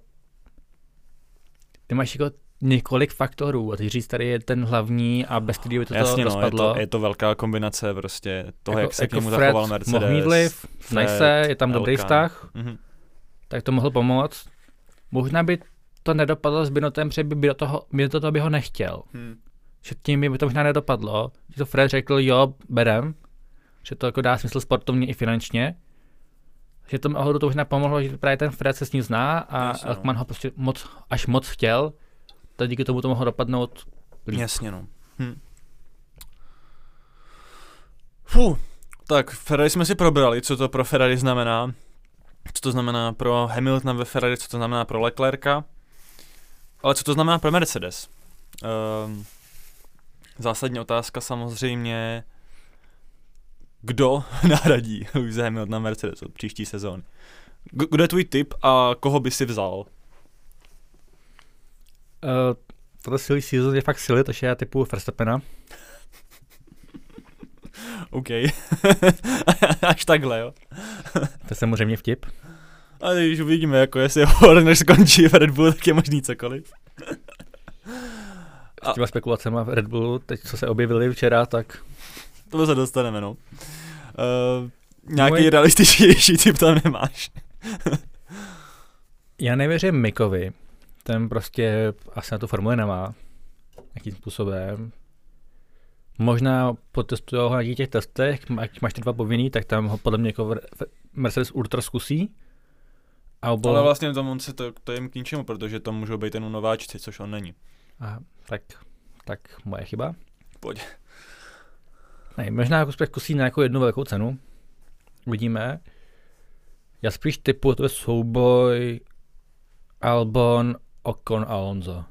Ty máš jako několik faktorů a ty říct, tady je ten hlavní a bez kterého by to rozpadlo. Je to velká kombinace prostě toho, jak se k němu zachoval Mercedes. Mohl mít vliv, se, je tam dobrý vztah, tak to mohl pomoct. Možná by to nedopadlo s Binottem, protože by do toho by ho nechtěl. Že tím by to možná nedopadlo. Že to Fred řekl, jo, berem, že to jako dá smysl sportovně i finančně. Že to možná pomohlo, že právě ten Fred se s ním zná a Elkman ho prostě moc chtěl. Tak díky tomu to mohlo dopadnout líp. Jasně, no. Tak Ferrari jsme si probrali, co to pro Ferrari znamená. Co to znamená pro Hamiltona ve Ferrari, co to znamená pro Leclerca. Ale co to znamená pro Mercedes? Zásadní otázka samozřejmě, kdo nahradí Lewise Hamiltona Mercedes od příští sezóny. Kdo je tvůj tip a koho by si vzal? Tohle silly season je fakt silly, takže já typuju Verstappena. OK. Až takhle, jo. To je samozřejmě vtip. A když uvidíme, jako jestli ho než skončí v Red Bullu, tak je možný cokoliv. S těma spekulacema v Red Bullu, teď co se objevily včera, tak... To se dostaneme, no. Nějaký realističnější typ tam nemáš. Já nevěřím Mikovi. Ten prostě asi na tu formuli nemá. Jakým způsobem. Možná potestujou ho na těch testech, jak máš ty 2 povinný, tak tam ho podle mě jako Mercedes Ultra zkusí. Ale vlastně on se to jim k ničemu, protože to můžou být jenom nováčci, což on není. Tak moje chyba. Pojď. Ne, možná jako zkusí nějakou jednu velkou cenu. Uvidíme. Já spíš typu, to je souboj Albon, Ocon, Alonso.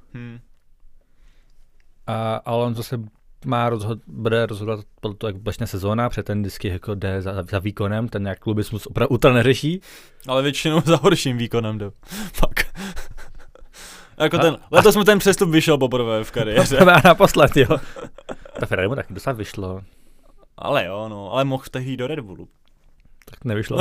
A Alonso se bude rozhodovat podle toho, jak začne sezóna, protože ten vždycky jako jde za výkonem, ten nějak klubismus opravdu ultra neřeší. Ale většinou za horším výkonem jde. Pak. Jako letos mu ten přestup vyšel poprvé v kariéře. Poprvé naposled, jo. Ta Ferrari mu taky docela vyšlo. Ale jo, no, ale mohl tehdy do Red Bullu. Tak nevyšlo.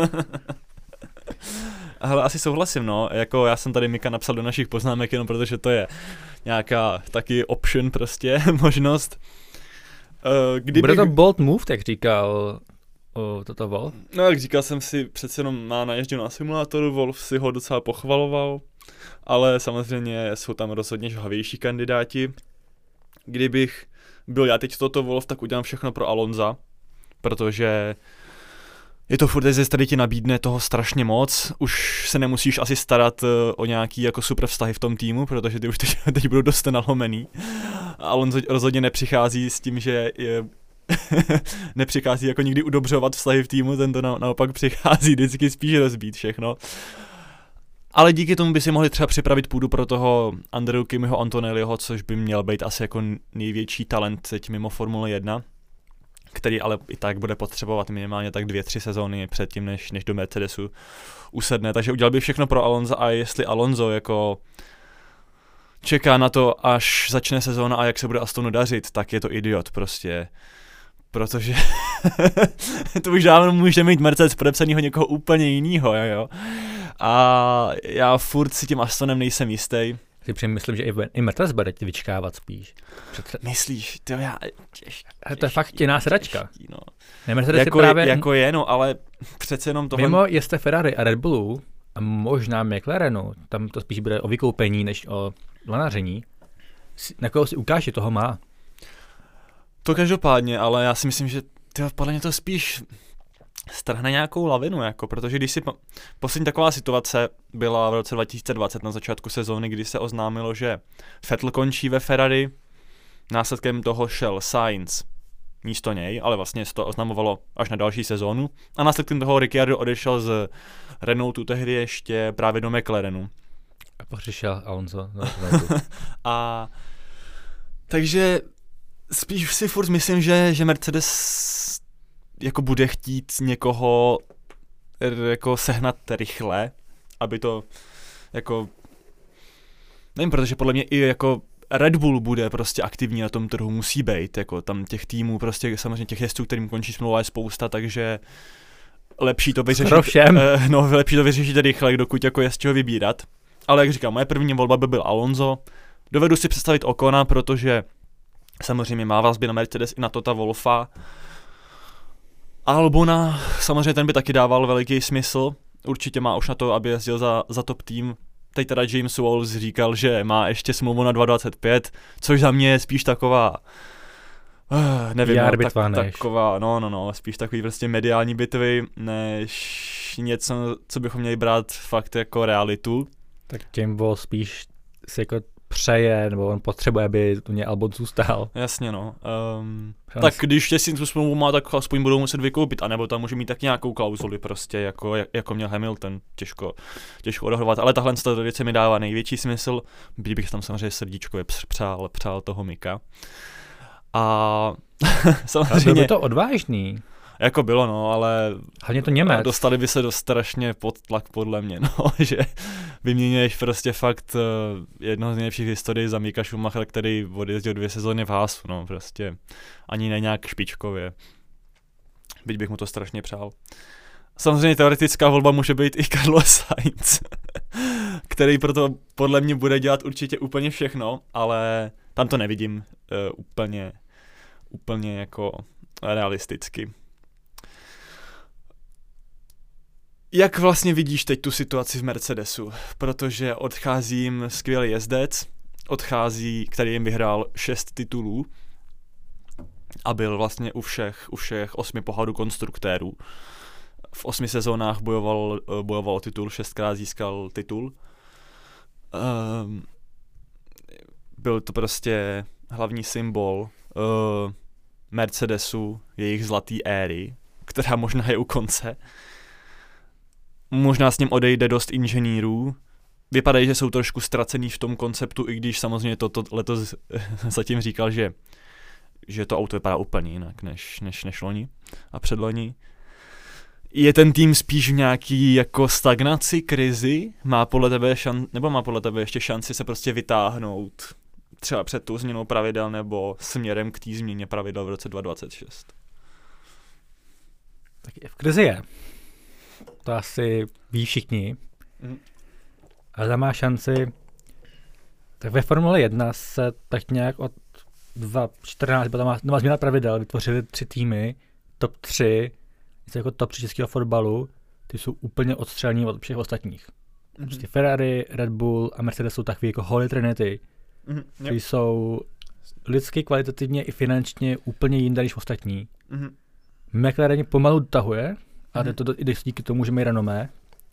Hele, asi souhlasím, no, jako já jsem tady Mika napsal do našich poznámek jenom protože to je nějaká taky option prostě, možnost. Bude to bold move, jak říkal toto Wolff? No, jak říkal jsem si, přece jenom má naježděl na simulátoru, Wolff si ho docela pochvaloval, ale samozřejmě jsou tam rozhodně žhavější kandidáti. Kdybych byl já teď toto Wolff, tak udělám všechno pro Alonza, protože je to furt, že tady ti nabídne toho strašně moc, už se nemusíš asi starat o nějaký jako super vztahy v tom týmu, protože ty už teď budou dost nalomený. A Alonso rozhodně nepřichází s tím, že nepřichází jako nikdy udobřovat vztahy v týmu, ten to naopak přichází vždycky spíš rozbít všechno. Ale díky tomu by si mohli třeba připravit půdu pro toho Andreu Kimiho Antonelliho, což by měl být asi jako největší talent teď mimo Formule 1. který ale i tak bude potřebovat minimálně tak 2-3 sezóny předtím, než do Mercedesu usedne. Takže udělal bych všechno pro Alonza a jestli Alonso jako čeká na to, až začne sezóna a jak se bude Astonu dařit, tak je to idiot prostě. Protože to už dávno může mít Mercedes podepsanýho někoho úplně jinýho, jo. A já furt si tím Astonem nejsem jistý. Si myslím, že i Mercedes bude tě vyčkávat spíš. Myslíš? To já... To je fakt těná sedačka. No. Ne, Mercedes jako, právě... jako je, no, ale přece jenom tohle... Mimo jestli Ferrari a Red Bullu a možná McLarenu, tam to spíš bude o vykoupení, než o lanaření. Na koho si ukáže, toho má. To každopádně, ale já si myslím, že podle mě to spíš strhne nějakou lavinu, jako, protože když si poslední taková situace byla v roce 2020 na začátku sezóny, kdy se oznámilo, že Vettel končí ve Ferrari, následkem toho šel Sainz místo něj, ale vlastně se to oznamovalo až na další sezónu a následkem toho Ricciardo odešel z Renaultu tehdy ještě právě do McLarenu. A přišel Alonso. A takže spíš si furt myslím, že Mercedes jako bude chtít někoho jako sehnat rychle, aby to jako nevím, protože podle mě i jako Red Bull bude prostě aktivní na tom trhu, musí být, jako tam těch týmů prostě samozřejmě těch jezdců, kterým končí smlouva je spousta, takže lepší to vyřešit rychle, dokud jako je z čeho vybírat. Ale jak říkám, moje první volba by byl Alonso. Dovedu si představit Ocona, protože samozřejmě má vazby na Mercedes i na Tota Wolffa. Albona, samozřejmě ten by taky dával veliký smysl. Určitě má už na to, aby jezdil za top tým. Teď teda James Walls říkal, že má ještě smlouvu na 2025, což za mě je spíš taková nevím, taková, spíš takový prostě mediální bitvy, než něco, co bychom měli brát fakt jako realitu. Tak James Walls spíš si jako přeje, nebo on potřebuje, aby tu mě Albon zůstal. Jasně, no. Tak když si tu smlouvu má, tak aspoň budou muset vykoupit, anebo tam může mít tak nějakou klauzuli prostě, jako měl Hamilton, těžko odhadovat, ale tahle věc mi dává největší smysl, bych tam samozřejmě srdíčkově přál toho Mika. A samozřejmě... Byl by to odvážný. Jako bylo, no, ale hlavně to Němec. Dostali by se dost strašně pod tlak podle mě, no, že vyměňuješ prostě fakt jednoho z nejlepších historií za Mika Schumachera, který odjezdil 2 sezóny v Haasu, no, prostě ani ne nějak špičkově. Byť bych mu to strašně přál. Samozřejmě teoretická volba může být i Carlos Sainz, který proto podle mě bude dělat určitě úplně všechno, ale tam to nevidím úplně jako realisticky. Jak vlastně vidíš teď tu situaci v Mercedesu? Protože odchází jim skvělý jezdec, který jim vyhrál 6 titulů a byl vlastně u všech 8 pohádů konstruktérů. V 8 sezónách bojoval o titul, 6krát získal titul. Byl to prostě hlavní symbol Mercedesu, jejich zlatý éry, která možná je u konce. Možná s ním odejde dost inženýrů. Vypadají, že jsou trošku ztracený v tom konceptu, i když samozřejmě to letos zatím říkal, že to auto vypadá úplně jinak než loni a předloni. Je ten tým spíš v nějaký jako stagnaci, krizi? Má podle tebe ještě šanci se prostě vytáhnout třeba před tou změnou pravidel nebo směrem k té změně pravidel v roce 2026? Tak v krizi je. To asi ví všichni. Ale ta má šanci. Tak ve Formule 1 se tak nějak od 2014 byla nová změna pravidel, vytvořili 3 týmy, top 3, jako top 3 českého fotbalu, ty jsou úplně odstřelení od všech ostatních. Prostě Ferrari, Red Bull a Mercedes jsou takový jako Holy Trinity. Ty jsou lidsky, kvalitativně i finančně úplně jinde než ostatní. McLaren pomalu dotahuje, a to i díky tomu, že mají renomé,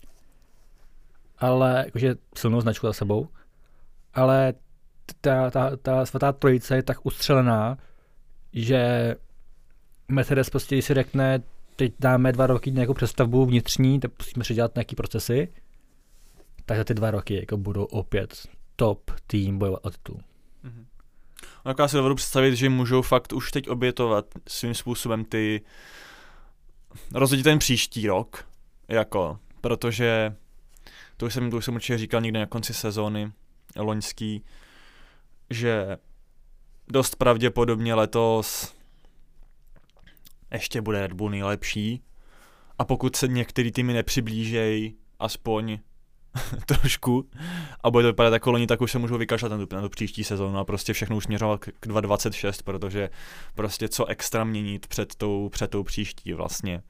ale jakože silnou značku za sebou, ale ta svatá trojice je tak ustřelená, že Mercedes prostě, když si řekne, teď dáme 2 roky nějakou přestavbu vnitřní, tak musíme předělat nějaký procesy, tak za ty 2 roky jako budou opět top tým bojovat o titul. Já si dovedu představit, že můžou fakt už teď obětovat svým způsobem rozhodně ten příští rok, jako, protože to už jsem určitě říkal někde na konci sezóny loňský, že dost pravděpodobně letos ještě bude Red Bull nejlepší a pokud se některý týmy nepřiblížejí aspoň trošku a bude to vypadat jako loni, tak už se můžou vykašlat na tu příští sezónu a prostě všechno už směřovat k 2026, protože prostě co extra měnit před tou příští vlastně.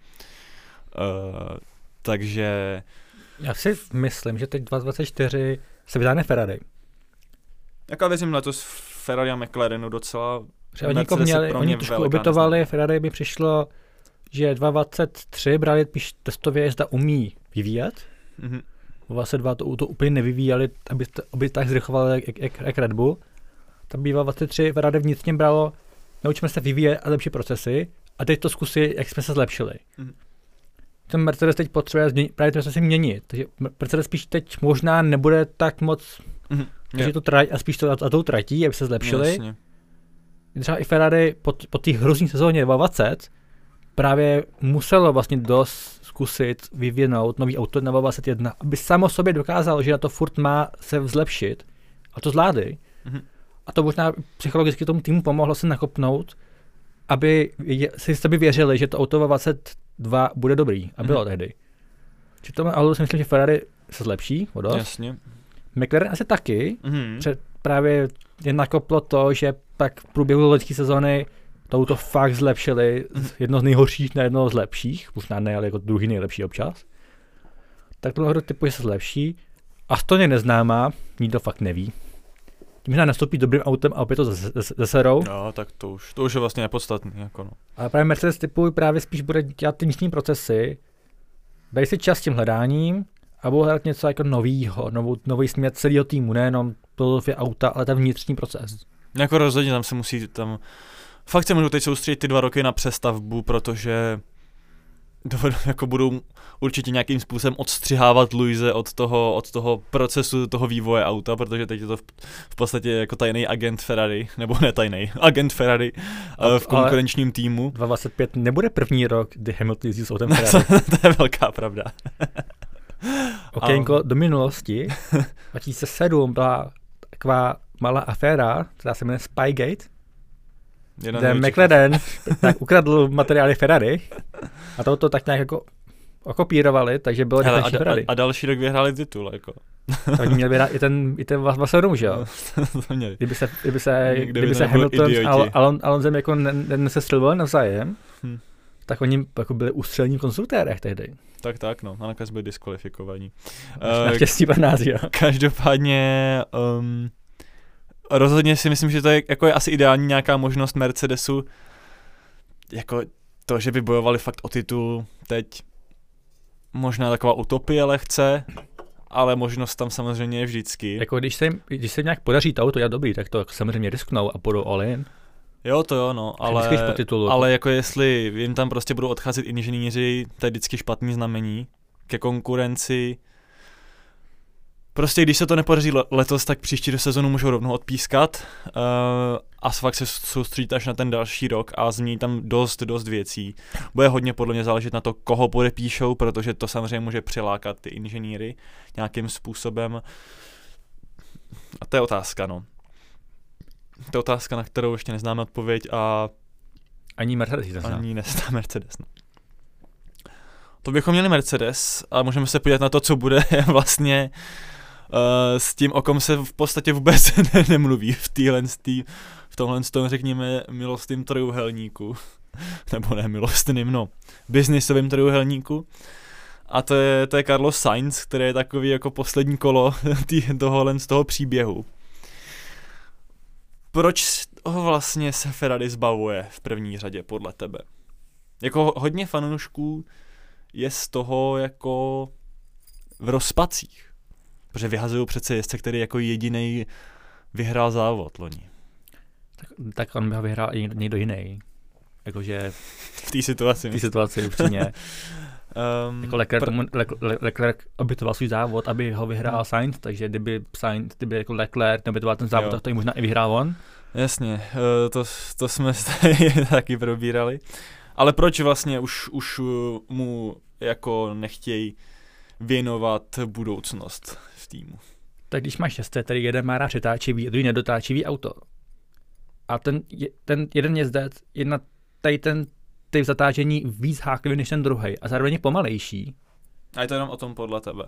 Takže... Já si myslím, že teď 2024 se vydáne Ferrari. Jaká věřím letos Ferrari a McLarenu docela... Oni trošku obětovali, Ferrari by přišlo, že 2023 brali spíš testově, zda umí vyvíjet. Mm-hmm. 22 to úplně nevyvíjeli, aby tak zrychlovali jak Red Bull. Tam bývá 23 Ferrari vnitřně bralo, naučíme se vyvíjet a lepší procesy a teď to zkusí, jak jsme se zlepšili. Mm-hmm. Ten Mercedes teď potřebuje právě to se měnit, takže Mercedes spíš teď možná nebude tak moc, takže to trať a spíš to a tou tratí, aby se zlepšili. Jasně. Třeba i Ferrari po té hrozný sezóně 2020 právě muselo vlastně dost zkusit vyvinout nový auto na 21, aby samo sobě dokázal, že na to furt má se zlepšit a to zvládli. Mm-hmm. A to možná psychologicky tomu týmu pomohlo se nakopnout, aby si věřili, že to auto 22 bude dobrý a bylo tehdy. Či tomu auto si myslím, že Ferrari se zlepší o dost. Jasně. McLaren asi taky, právě je nakoplo to, že pak v průběhu loňské sezóny to auto fakt zlepšili, jedno z nejhorších na jedno z lepších, možná ne, ale jako druhý nejlepší občas. Tak tohle typu, že se zlepší. Aston je neznámá, nikdo fakt neví. Tím možná nastoupí dobrým autem a opět to zaserou. No, tak to už je vlastně nepodstatný. Jako no. Ale právě Mercedes typu právě spíš bude dělat ty vnitřní procesy, dají si čas tím hledáním a budou hledat něco jako novýho, nový směr celého týmu, nejenom filozofie auta, ale ten vnitřní proces. Jako rozhodně tam se musí, fakt se můžou teď soustředit ty 2 roky na přestavbu, protože jako budou určitě nějakým způsobem odstřihávat Luise od toho procesu, toho vývoje auta, protože teď je to v podstatě jako tajný agent Ferrari, nebo ne tajný, agent Ferrari v konkurenčním týmu. 2025 nebude první rok, kdy Hamilton jezdí s autem Ferrari. To je velká pravda. Okénko do minulosti, 2007 byla taková malá aféra, která se jmenuje Spygate, kde McLaren tak ukradl materiály Ferrari a to tak nějak jako okopírovali, takže bylo další Ferrari. A další rok vyhráli titul, jako. Tak oni měli vyhrát i ten Vassarům, že jo? Kdyby se Hamilton a Alonso jako nesestřelili navzájem, tak oni jako byli ústřelní konstruktérech tehdy. Tak, no, a nakonec byli diskvalifikovaní. Naštěstí pro nás, jo. Každopádně rozhodně si myslím, že to je asi ideální nějaká možnost Mercedesu, jako to, že by bojovali fakt o titul teď, možná taková utopie lehce, ale možnost tam samozřejmě je vždycky. Jako když se nějak podaří to auto, já dobrý, tak to samozřejmě risknou a půjdou all in. Jo, to jo, no, ale jako jestli jim tam prostě budou odcházet inženýři, to je vždycky špatný znamení ke konkurenci. Prostě když se to nepodaří letos, tak příští sezonu můžou rovnou odpískat a fakt se soustředit až na ten další rok a změní tam dost věcí. Bude hodně podle mě záležet na to, koho podepíšou, protože to samozřejmě může přilákat ty inženýry nějakým způsobem. A to je otázka, no. To je otázka, na kterou ještě neznáme odpověď a... Ani Mercedes nezná. Ani nezná Mercedes, no. To bychom měli Mercedes a můžeme se podívat na to, co bude vlastně s tím, o kom se v podstatě vůbec nemluví v tomhle řekněme milostným trojuhelníku, nebo ne milostným, no, biznisovým trojuhelníku. A to je Carlos Sainz, který je takový jako poslední kolo z toho příběhu. Proč ho vlastně se Ferrari zbavuje v první řadě podle tebe? Jako hodně fanoušků je z toho jako v rozpacích. Protože vyhazují přece jezdce, který jako jedinej vyhrál závod loni. Tak on by ho vyhrál i někdo jiný. Jakože v té situaci. Upřímně. Jako Leclerc obětoval svůj závod, aby ho vyhrál Sainz, takže kdyby jako Leclerc neobětoval ten závod, tak to možná i vyhrál on. Jasně, to jsme taky probírali. Ale proč vlastně už mu jako nechtějí věnovat budoucnost v týmu? Tak když máš šesté, tady jeden má rád přetáčivý a druhý nedotáčivý auto. A ten jeden jezdec, tady ten typ zatáčení víc háklivý než ten druhý a zároveň je pomalejší. A je to jenom o tom podle tebe?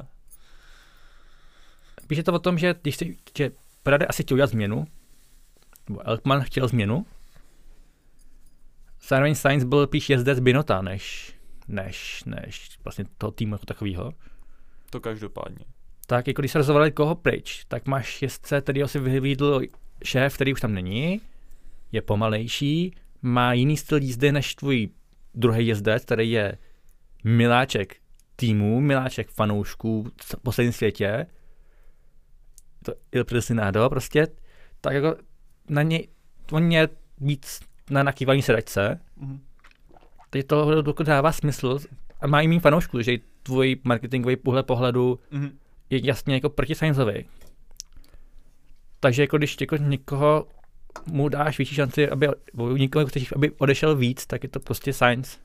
Píše to o tom, že že Ferrari asi chtěl udělat změnu, nebo Elfman chtěl změnu. Zároveň Sainz byl píš jezdec Binota, než vlastně toho týmu jako takového. To každopádně. Tak jako když se rozhovali koho pryč, tak máš jezdce, který si vyhlídl šéf, který už tam není, je pomalejší, má jiný styl jízdy než tvůj druhý jezdec, který je miláček týmu, miláček fanoušků po celém světě. To je předestinádo prostě. Tak jako na něj, on je víc na nakývaný sedačce. Takže to dává smysl a má i méně fanoušků, že tvůj marketingový úhel pohledu je jasně jako proti Sainzovi. Takže jako když jako někoho mu dáš větší šanci, aby někoho chceš, aby odešel víc, tak je to prostě Sainz.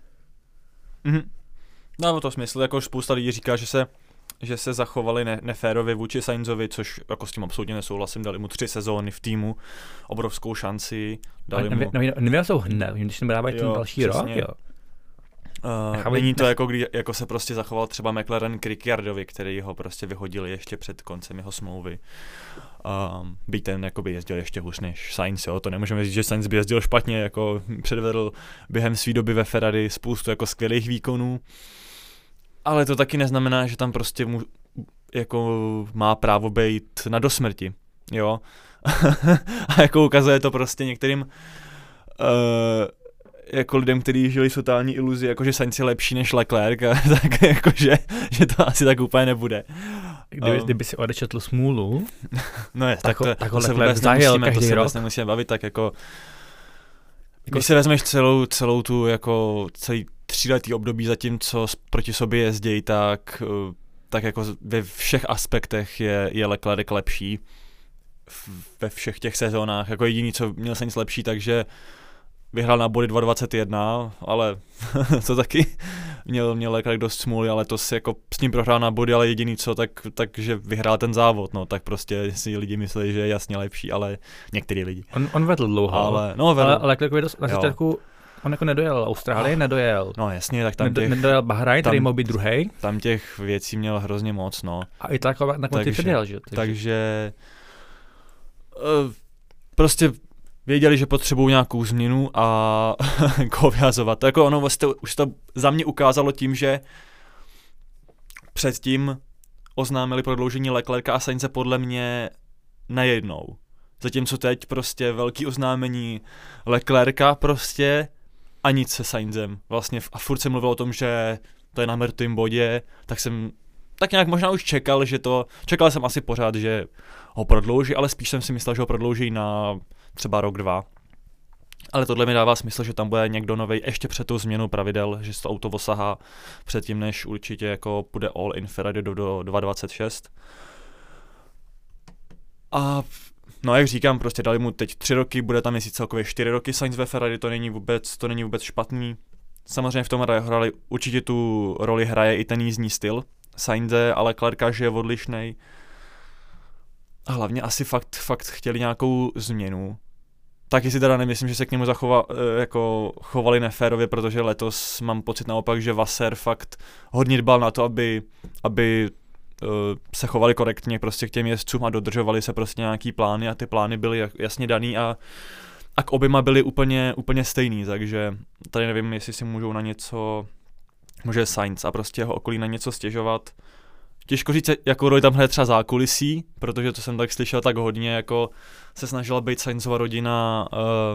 Dává to smysl, jako spousta lidí říká, že se zachovali neférově vůči Sainzovi, což jako s tím absolutně nesouhlasím, dali mu 3 sezóny v týmu, obrovskou šanci, dali mu... Nevěděl jsou hned, když tam dávají ten další rok, jo. Není to jako se prostě zachoval třeba McLaren k Ricciardovi, který ho prostě vyhodili ještě před koncem jeho smlouvy. Byť ten jakoby jezdil ještě hůř než Sainz, jo. To nemůžeme říct, že Sainz by jezdil špatně, jako předvedl během své doby ve Ferrari spoustu jako skvělých výkonů. Ale to taky neznamená, že tam prostě jako má právo být na dosmrti, jo. A jako ukazuje to prostě některým jako lidem, kteří žili totální iluzi, jako že Sainz je lepší než Leclerc, tak jakože, že to asi tak úplně nebude. Kdyby si odečetl smůlu, no je, tak ho se Leclerc zajel každý rok. Nemusíme bavit, tak jako když si vezmeš celou tu jako celý 3letý období zatím, co proti sobě jezdí, tak jako ve všech aspektech je Leclerc lecší ve všech těch sezónách, jako jediný, co měl Sainz lepší, takže vyhrál na body 2.21, ale to taky měl Leclerc dost smůly, ale to si jako s ním prohrál na body, ale jediný co, takže vyhrál ten závod, no, tak prostě si lidi mysleli, že je jasně lepší, ale některý lidi. On vedl dlouho, ale Leclerc na začátku, on jako nedojel Austrálii, nedojel. No jasně, tak tam nedojel Bahrajn, který mohl být druhej. Tam těch věcí měl hrozně moc, no. A i tak na konci předjel, že? Takže prostě věděli, že potřebují nějakou změnu a koho vyhazovat. To jako ono už to za mě ukázalo tím, že předtím oznámili prodloužení Leclerca a Sainze podle mě najednou. Zatímco teď prostě velký oznámení Leclerca prostě a nic se Sainzem. Vlastně a furt se mluvilo o tom, že to je na mrtvém bodě, tak jsem tak nějak možná už čekal jsem asi pořád, že ho prodlouží, ale spíš jsem si myslel, že ho prodlouží na třeba rok, 2. Ale tohle mi dává smysl, že tam bude někdo novej ještě před tou změnou pravidel, že se to auto osahá předtím, než určitě jako půjde all in Ferrari do 2.26. A no jak říkám, prostě dali mu teď 3 roky, bude tam jestli celkově 4 roky Sainz ve Ferrari, to není vůbec špatný. Samozřejmě v tom hráli, určitě tu roli hraje i ten jízdní styl Sainze, ale Leclerca, že je odlišnej. A hlavně asi fakt chtěli nějakou změnu. Taky si teda nemyslím, že se k němu chovali neférově, protože letos mám pocit naopak, že Vasser fakt hodně dbal na to, aby se chovali korektně prostě k těm jezdcům a dodržovali se prostě nějaký plány a ty plány byly jasně daný a k oběma byly úplně stejný, takže tady nevím, jestli si můžou na něco, může Sainz a prostě jeho okolí na něco stěžovat. Těžko říct, jakou roli tam hraje třeba zákulisí, protože to jsem tak slyšel tak hodně, jako se snažila být Sainzova rodina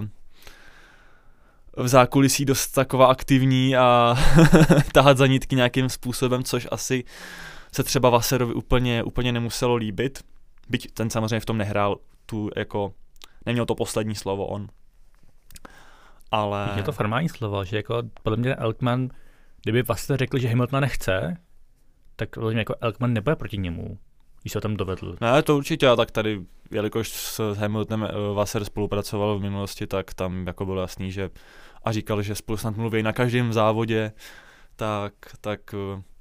v zákulisí dost taková aktivní a tahat za nitky nějakým způsobem, což asi se třeba Vasserovi úplně nemuselo líbit. Byť ten samozřejmě v tom nehrál neměl to poslední slovo on. Ale... Je to formální slovo, že jako podle mě Elfman, kdyby Vasser řekl, že Hamiltona nechce, tak jako Elfman nebude proti němu. Když se tam dovedl. Ne, to určitě, a tak tady, jelikož s Hamiltonem Vasser spolupracoval v minulosti, tak tam jako bylo jasný, že a říkal, že spolu snad mluví na každém závodě, tak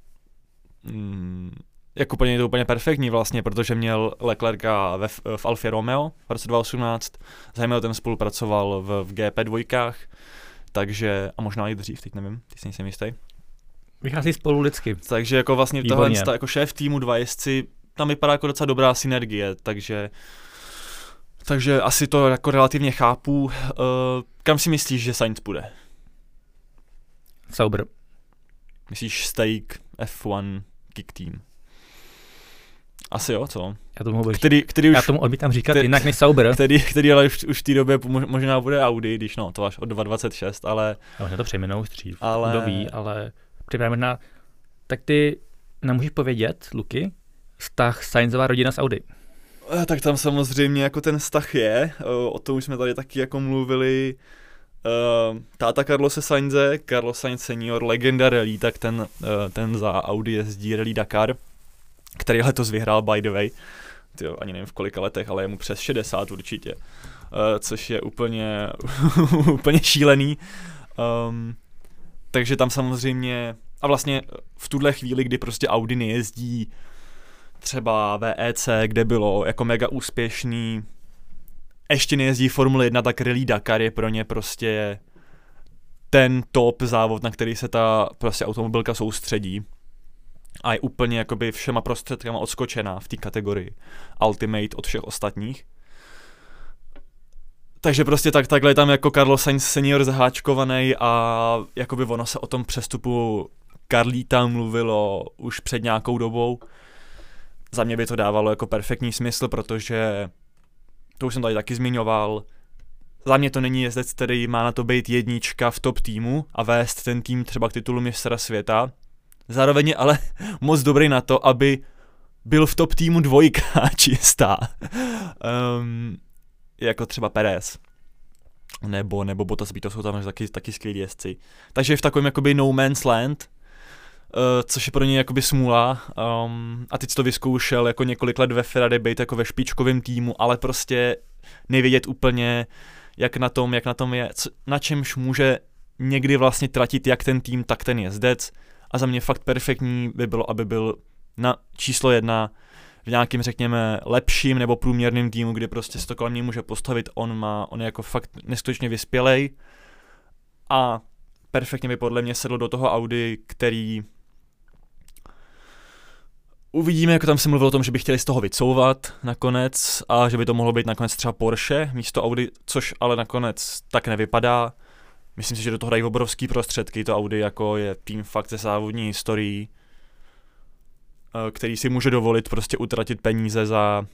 jako úplně je to úplně perfektní vlastně, protože měl Leclerca v Alfě Romeo v roce 2018, s Hamiltonem spolupracoval v GP2, takže, a možná i dřív, teď nevím, teď si nejsem jistý. Vychází spolu lidsky. Takže jako vlastně tohle jako šéf týmu, dva jezdci, tam vypadá jako docela dobrá synergie, takže asi to jako relativně chápu. Kam si myslíš, že Sainz půjde? Sauber. Myslíš Stake, F1, Kick Team? Asi jo, co? Já tomu, já tomu odmítám říkat jinak než Sauber. Který ale už v té době možná bude Audi, když no, to až od 2026, ale... Možná to přejmenou dřív, kdo ví, ale připravíme na... Tak ty nám můžeš povědět, Luky, vztah Sainzová rodina s Audi. Tak tam samozřejmě jako ten vztah je, o tom už jsme tady taky jako mluvili. Táta Carlose Sainze, Carlos Sainz senior, legenda rally, tak ten za Audi jezdí Rally Dakar, který letos vyhrál by the way. Tyjo, ani nevím v kolika letech, ale je mu přes 60 určitě, což je úplně, úplně šílený. Takže tam samozřejmě, a vlastně v tuhle chvíli, kdy prostě Audi nejezdí třeba VEC, kde bylo jako mega úspěšný, ještě nejezdí Formule 1, tak Rally Dakar je pro ně prostě ten top závod, na který se ta prostě automobilka soustředí a je úplně jakoby všema prostředkama odskočená v té kategorii Ultimate od všech ostatních. Takže prostě takhle je tam jako Carlos Sainz senior zaháčkovaný a jakoby ono se o tom přestupu Carlita mluvilo už před nějakou dobou. Za mě by to dávalo jako perfektní smysl, protože to už jsem tady taky zmiňoval. Za mě to není jezdec, který má na to být jednička v top týmu a vést ten tým třeba k titulu mistra světa. Zároveň je ale moc dobrý na to, aby byl v top týmu dvojka čistá. Jako třeba Perez. Nebo Bottas, to jsou tam taky skvělí jezdci. Takže je v takovém jakoby no man's land, což je pro něj jakoby smůla. A teď to vyzkoušel jako několik let ve Ferrari, být jako ve špičkovém týmu, ale prostě nevědět úplně, jak na tom je, na čemž může někdy vlastně tratit jak ten tým, tak ten jezdec. A za mě fakt perfektní by bylo, aby byl na číslo 1 v nějakým, řekněme, lepším nebo průměrným týmu, kde prostě se to kolem něj může postavit. On je jako fakt neskutečně vyspělej a perfektně by podle mě sedl do toho Audi, který uvidíme, jako tam se mluvilo o tom, že by chtěli z toho vycouvat nakonec a že by to mohlo být nakonec třeba Porsche místo Audi, což ale nakonec tak nevypadá. Myslím si, že do toho dají obrovský prostředky, to Audi jako je tým fakt ze závodní historií, který si může dovolit prostě utratit peníze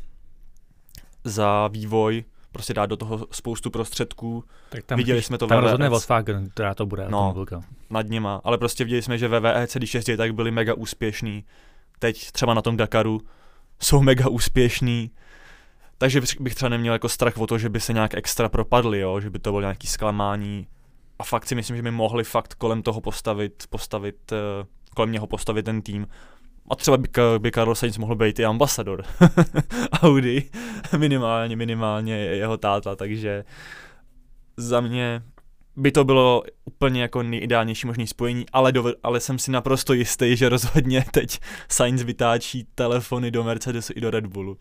za vývoj, prostě dát do toho spoustu prostředků. Tak tam viděli jsme to tam rozhodne Volkswagen, která to bude. No, nad nima, ale prostě viděli jsme, že ve VEC, když jezdili, tak byli mega úspěšní. Teď třeba na tom Dakaru jsou mega úspěšní. Takže bych třeba neměl jako strach o to, že by se nějak extra propadli, jo? Že by to bylo nějaký zklamání. A fakt si myslím, že by mohli fakt kolem toho kolem něho postavit ten tým. A třeba by Carlos Sainz mohl být i ambasador Audi, minimálně jeho táta, takže za mě by to bylo úplně jako nejideálnější možný spojení, ale jsem si naprosto jistý, že rozhodně teď Sainz vytáčí telefony do Mercedesu i do Red Bullu.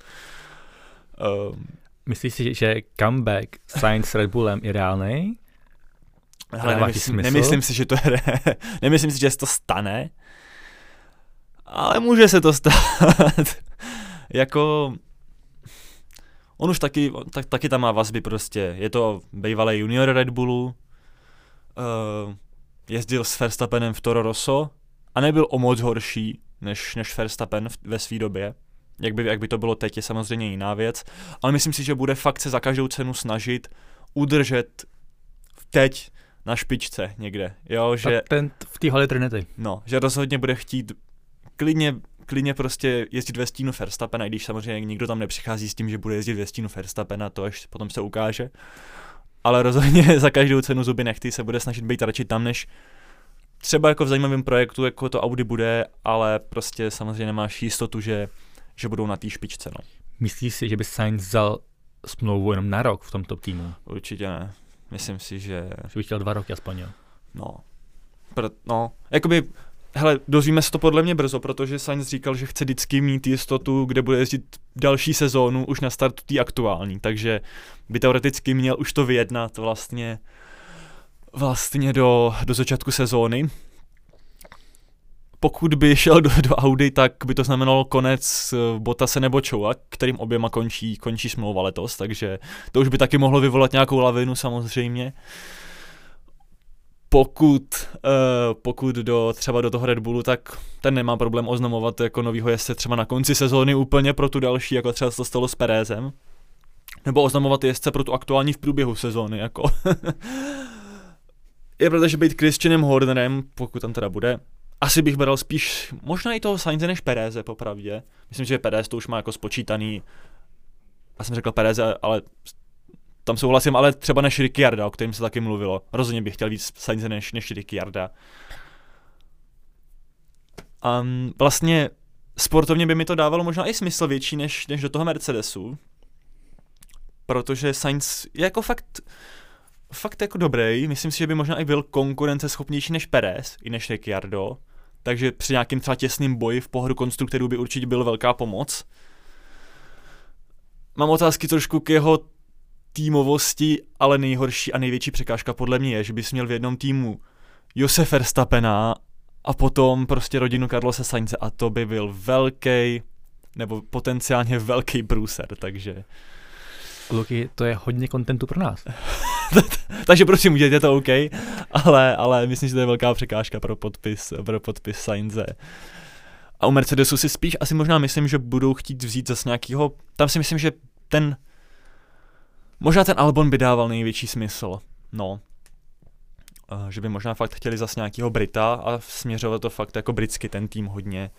Myslíš si, že comeback Sainz s Red Bullem je reálný? Ale nemyslím si, že to je, nemyslím si, že se to stane, ale může se to stát. Jako on už taky tam má vazby prostě. Je to bývalý junior Red Bullu, jezdil s Verstappenem v Toro Rosso a nebyl o moc horší než Verstappen ve své době. Jak by to bylo teď, je samozřejmě jiná věc, ale myslím si, že bude fakt se za každou cenu snažit udržet teď na špičce někde. Jo, že ten v té Holy Trinity. No, že rozhodně bude chtít klidně prostě jezdit ve stínu Verstappena, i když samozřejmě nikdo tam nepřichází s tím, že bude jezdit ve stínu Verstappena, to až potom se ukáže. Ale rozhodně za každou cenu zuby nechty se bude snažit být radši tam, než třeba jako v zajímavém projektu, jako to Audi bude, ale prostě samozřejmě nemáš jistotu, že že budou na té špičce, no. Myslíš si, že by Sainz vzal smlouvu jenom na rok v tomto týmu? Určitě ne. Myslím si, že bych chtěl 2 roky aspoň, jo. No, jakoby, hele, dozvíme se to podle mě brzo, protože Sainz říkal, že chce vždycky mít jistotu, kde bude jezdit další sezónu už na startu té aktuální, takže by teoreticky měl už to vyjednat vlastně do začátku sezóny. Pokud by šel do Audi, tak by to znamenalo konec Bottase nebo Choua, kterým oběma končí smlouva letos, takže to už by taky mohlo vyvolat nějakou lavinu samozřejmě. Pokud třeba do toho Red Bullu, tak ten nemá problém oznamovat jako novýho jezdce třeba na konci sezóny úplně pro tu další, jako třeba se to stalo s Pérezem. Nebo oznamovat jezdce pro tu aktuální v průběhu sezóny, jako. Je pravda, že být Christianem Hornerem, pokud tam teda bude, asi bych bral spíš možná i toho Sainze než Péreze, popravdě. Myslím, že Pérez to už má jako spočítaný. Já jsem řekl Péreze, ale tam souhlasím, ale třeba než Ricciarda, o kterém se taky mluvilo. Rozhodně bych chtěl víc Sainze než Ricciarda. Vlastně sportovně by mi to dávalo možná i smysl větší než do toho Mercedesu. Protože Sainz je jako fakt jako dobrý. Myslím si, že by možná i byl konkurenceschopnější než Pérez, i než Ricciardo. Takže při nějakým třeba těsným boji v pohledu konstruktorů by určitě byl velká pomoc. Mám otázky trošku k jeho týmovosti, ale nejhorší a největší překážka podle mě je, že bys měl v jednom týmu Jose Verstappena a potom prostě rodinu Carlose Sainze a to by byl velký nebo potenciálně velký průser, takže... Luky, to je hodně kontentu pro nás. Takže prosím, udělejte to OK, ale myslím, že to je velká překážka pro podpis Sainze. A u Mercedesu si spíš asi možná myslím, že budou chtít vzít zase nějakýho, tam si myslím, že možná ten Albon by dával největší smysl, no. Že by možná fakt chtěli zase nějakýho Brita a směřovat to fakt jako britsky ten tým hodně.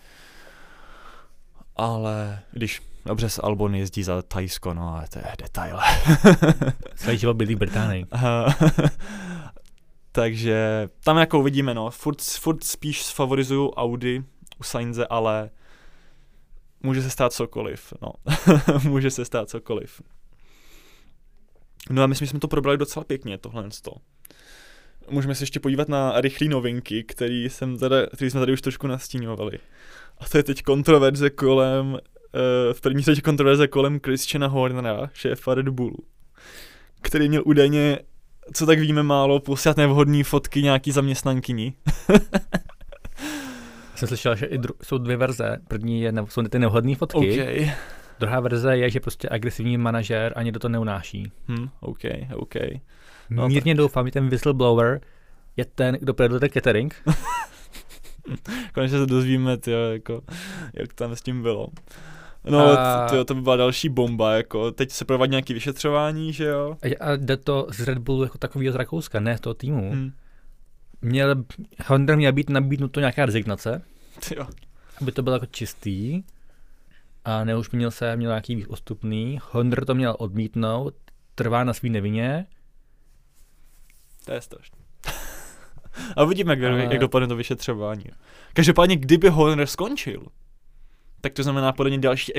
Ale když dobře s Albon jezdí za Thajsko, no ale to je detail. Celý život bydlí v Británii. Takže tam jako uvidíme, no. Furt spíš sfavorizuju Audi u Sainze, ale může se stát cokoliv, no. Může se stát cokoliv. No a myslím, že jsme to probrali docela pěkně, tohle. Můžeme se ještě podívat na rychlé novinky, který jsme tady už trošku nastíňovali. A to je teď kontroverze v první řadě kontroverze kolem Christiana Hornera, šéfa Red Bullu, který měl údajně, co tak víme málo, poslat nevhodný fotky nějaký zaměstnankyni. Jsem slyšel, že jsou 2 verze. První jsou ty nevhodné fotky. Okay. Druhá verze je, že prostě agresivní manažér ani do toho neunáší. OK. No, mírně doufám, že ten whistleblower je ten, kdo predl ten catering. Konečně se dozvíme, jako, jak tam s tím bylo. No, to by byla další bomba, jako, teď se provádí nějaké vyšetřování, že jo? A jde to z Red Bullu jako takovýho z Rakouska, ne z toho týmu. Honda měl být nabídnuto nějaká rezignace, aby to bylo jako čistý a neušpinil se, měl nějaký odstupný. Honda to měl odmítnout, trvá na svý nevině. To je strašné. A uvidíme, jak dopadne to vyšetřování. Každopádně, kdyby Horner skončil, tak to znamená podle mě další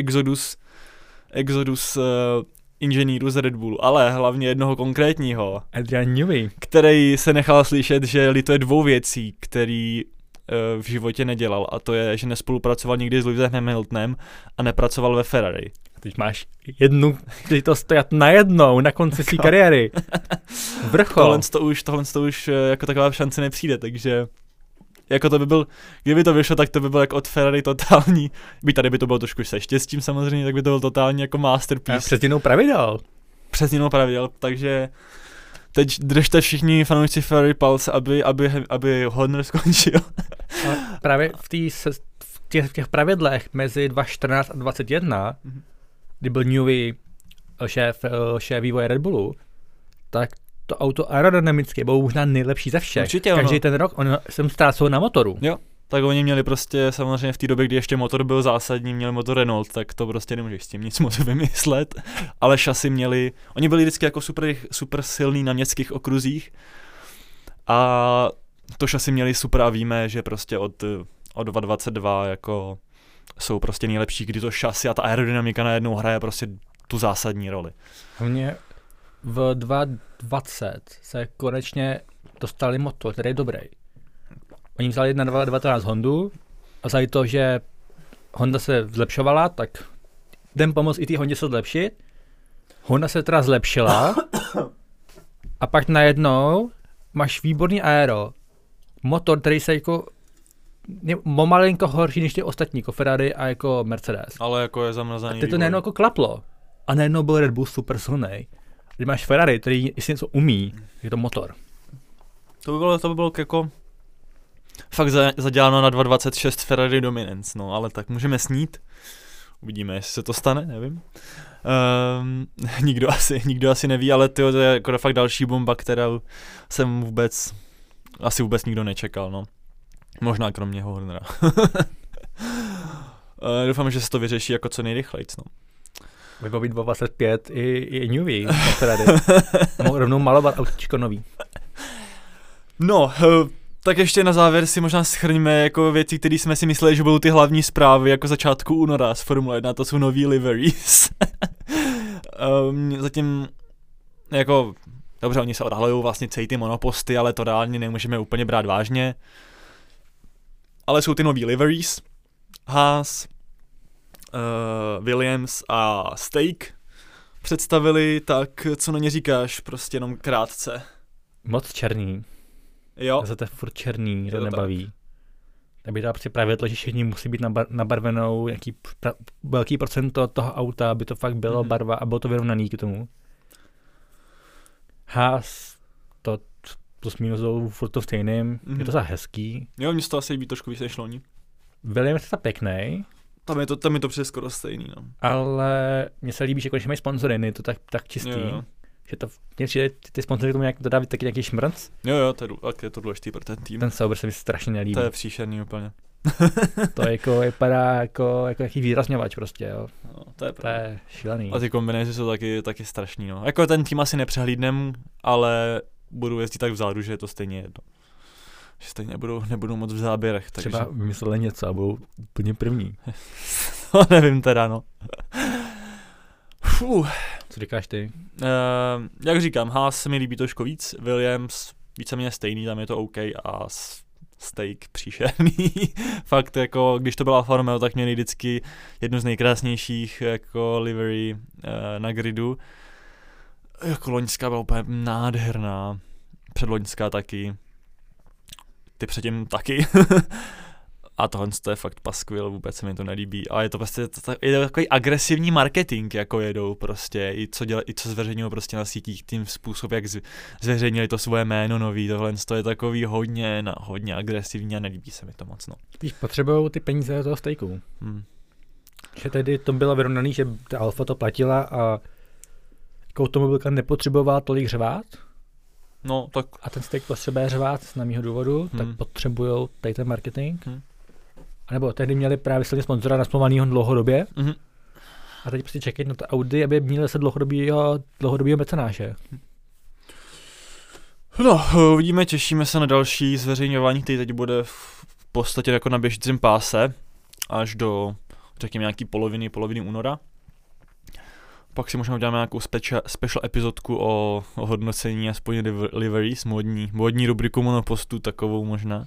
exodus inženýrů z Red Bullu, ale hlavně jednoho konkrétního. Adrian Newey. Který se nechal slyšet, že lituje 2 věcí, který v životě nedělal, a to je, že nespolupracoval nikdy s Lewisem Hamiltonem a nepracoval ve Ferrari. Teď máš jednu, když to stojat najednou na konci své kariéry. Vrchol. Tohle to už jako taková šance nepřijde, takže jako to by byl, kdyby to vyšlo, tak to by bylo jako od Ferrari totální, tady by to bylo trošku se štěstím samozřejmě, tak by to byl totální jako masterpiece. Přes jinou pravidel. Takže teď držte všichni fanoušci Ferrari palce, aby Horner skončil. Ale právě v těch pravidlech mezi 2014 a 2021, kdy byl Newey šéf vývoje Red Bullu, tak to auto aerodynamické bylo možná nejlepší ze všech. Určitě každý ten rok jsem ztrácel na motoru. Jo, tak oni měli prostě samozřejmě v té době, kdy ještě motor byl zásadní, měli motor Renault, tak to prostě nemůžeš s tím nic moc vymyslet, ale šasy měli, oni byli vždycky jako super silný na městských okruzích a to šasy měli super a víme, že prostě od 2022 jako jsou prostě nejlepší, kdy to šasy a ta aerodynamika najednou hraje prostě tu zásadní roli. Hlavně v 2020 se konečně dostali motor, který je dobrý. Oni vzali na 2019 Hondu a vzali to, že Honda se zlepšovala, tak jdem pomoct i té Hondě se zlepšit. Honda se teda zlepšila a pak najednou máš výborný aero. Motor, který se jako malinko horší než ty ostatní, jako Ferrari a jako Mercedes. Ale jako je zamrazený. A ty to najednou jako klaplo. A najednou byl Red Bull super silnej. Když máš Ferrari, který jestli něco umí, je to motor. To by bylo jako fakt zaděláno na 2.26 Ferrari Dominance, no, ale tak můžeme snít. Uvidíme, jestli se to stane, nevím. Nikdo asi neví, ale to je jako fakt další bomba, kterou jsem asi vůbec nikdo nečekal, no. Možná kromě Hornera. Doufám, že se to vyřeší jako co nejrychlejc, no. Vybaví 225 i Newey na Ferrari. Mohl rovnou malovat autíčko nový. No, tak ještě na závěr si možná shrníme jako věci, které jsme si mysleli, že budou ty hlavní zprávy jako začátku února z Formule 1, to jsou nový liveries. Zatím jako, dobře, oni se odhalujou vlastně celý ty monoposty, ale to reálně nemůžeme úplně brát vážně. Ale jsou ty nový liveries, Haas, Williams a Stake představili, tak co na ně říkáš, prostě jenom krátce. Moc černý. Jo. Zase to je furt černý, to nebaví. Tak by to připravit, že všichni musí být nabarvenou, nějaký velký procento toho auta, aby to fakt bylo barva a bylo to vyrovnaný k tomu. Haas, to plus minus jdou furt to stejným, je to za hezký. Jo, mně to asi líbí trošku víc než loni. Williams je to pěknej. Tam je to přes skoro stejný, no. Ale mně se líbí, že když mají sponzory, je to tak čistý. Jo. Že to, ty sponzory tomu dodávají taky nějaký šmrnc. Jo, je to důležitý pro ten tým. Ten soubor se mi strašně nelíbí. To je příšerný úplně. To jako vypadá jako jaký výrazňovač prostě, jo. No, to je šílený. A ty kombinace jsou taky strašný, no. Jako ten tým asi nepřehlídnem, ale budu jezdit tak vzadu, že je to stejně jedno. Že stejně nebudou moc v záběrech. Takže... Třeba vymysleli něco a budou úplně první. No, nevím teda, no. Co říkáš ty? Jak říkám, Haas se mi líbí trošku víc, Williams víceméně stejný, tam je to OK a Stake příšerný. Fakt jako, když to byla Alfa Romeo, tak měli vždycky jednu z nejkrásnějších jako livery na gridu. Jako loňská byla úplně nádherná, předloňská taky, ty předtím taky. A tohle je fakt paskvil, vůbec se mi to nelíbí. A je to prostě je to takový agresivní marketing, jako jedou prostě, i co zveřejňují prostě na sítích, tím způsob, jak zveřejnili to svoje jméno nový, tohle je takový hodně agresivní a nelíbí se mi to moc, no. Víš, potřebujou ty peníze do toho Stakeu. Že tedy to bylo vyrovnaný, že ta Alfa to platila a jako automobilka nepotřebovala tolik řvát. No, tak... A ten Stake potřebuje řvát z mýho důvodu, tak potřebujou tady ten marketing. A nebo tehdy měli právě silně sponzora nasmluvanýho dlouhodobě. A teď prostě čekají na to Audi, aby měli se dlouhodobýho mecenáše. No, uvidíme, těšíme se na další zveřejňování, který teď bude v podstatě jako na běžícím páse až do, řekněme, nějaký poloviny února. Pak si možná uděláme nějakou special epizodku o hodnocení aspoň liveries, módní rubriku monopostu, takovou možná.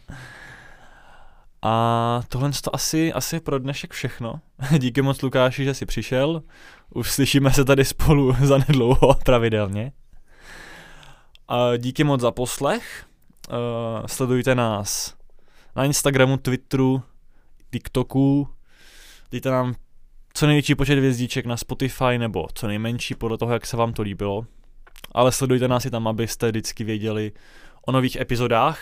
A tohle to asi je pro dnešek všechno. Díky moc, Lukáši, že jsi přišel. Už slyšíme se tady spolu zanedlouho pravidelně. A díky moc za poslech. Sledujte nás na Instagramu, Twitteru, TikToku. Dejte nám co největší počet hvězdíček na Spotify nebo co nejmenší podle toho, jak se vám to líbilo. Ale sledujte nás i tam, abyste vždycky věděli o nových epizodách.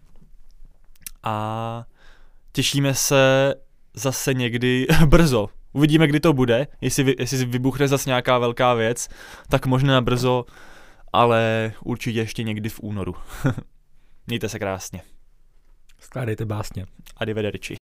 A těšíme se zase někdy brzo. Uvidíme, kdy to bude. Jestli vybuchne zase nějaká velká věc, tak možná brzo, ale určitě ještě někdy v únoru. Mějte se krásně. Skládejte básně. Arrivederci.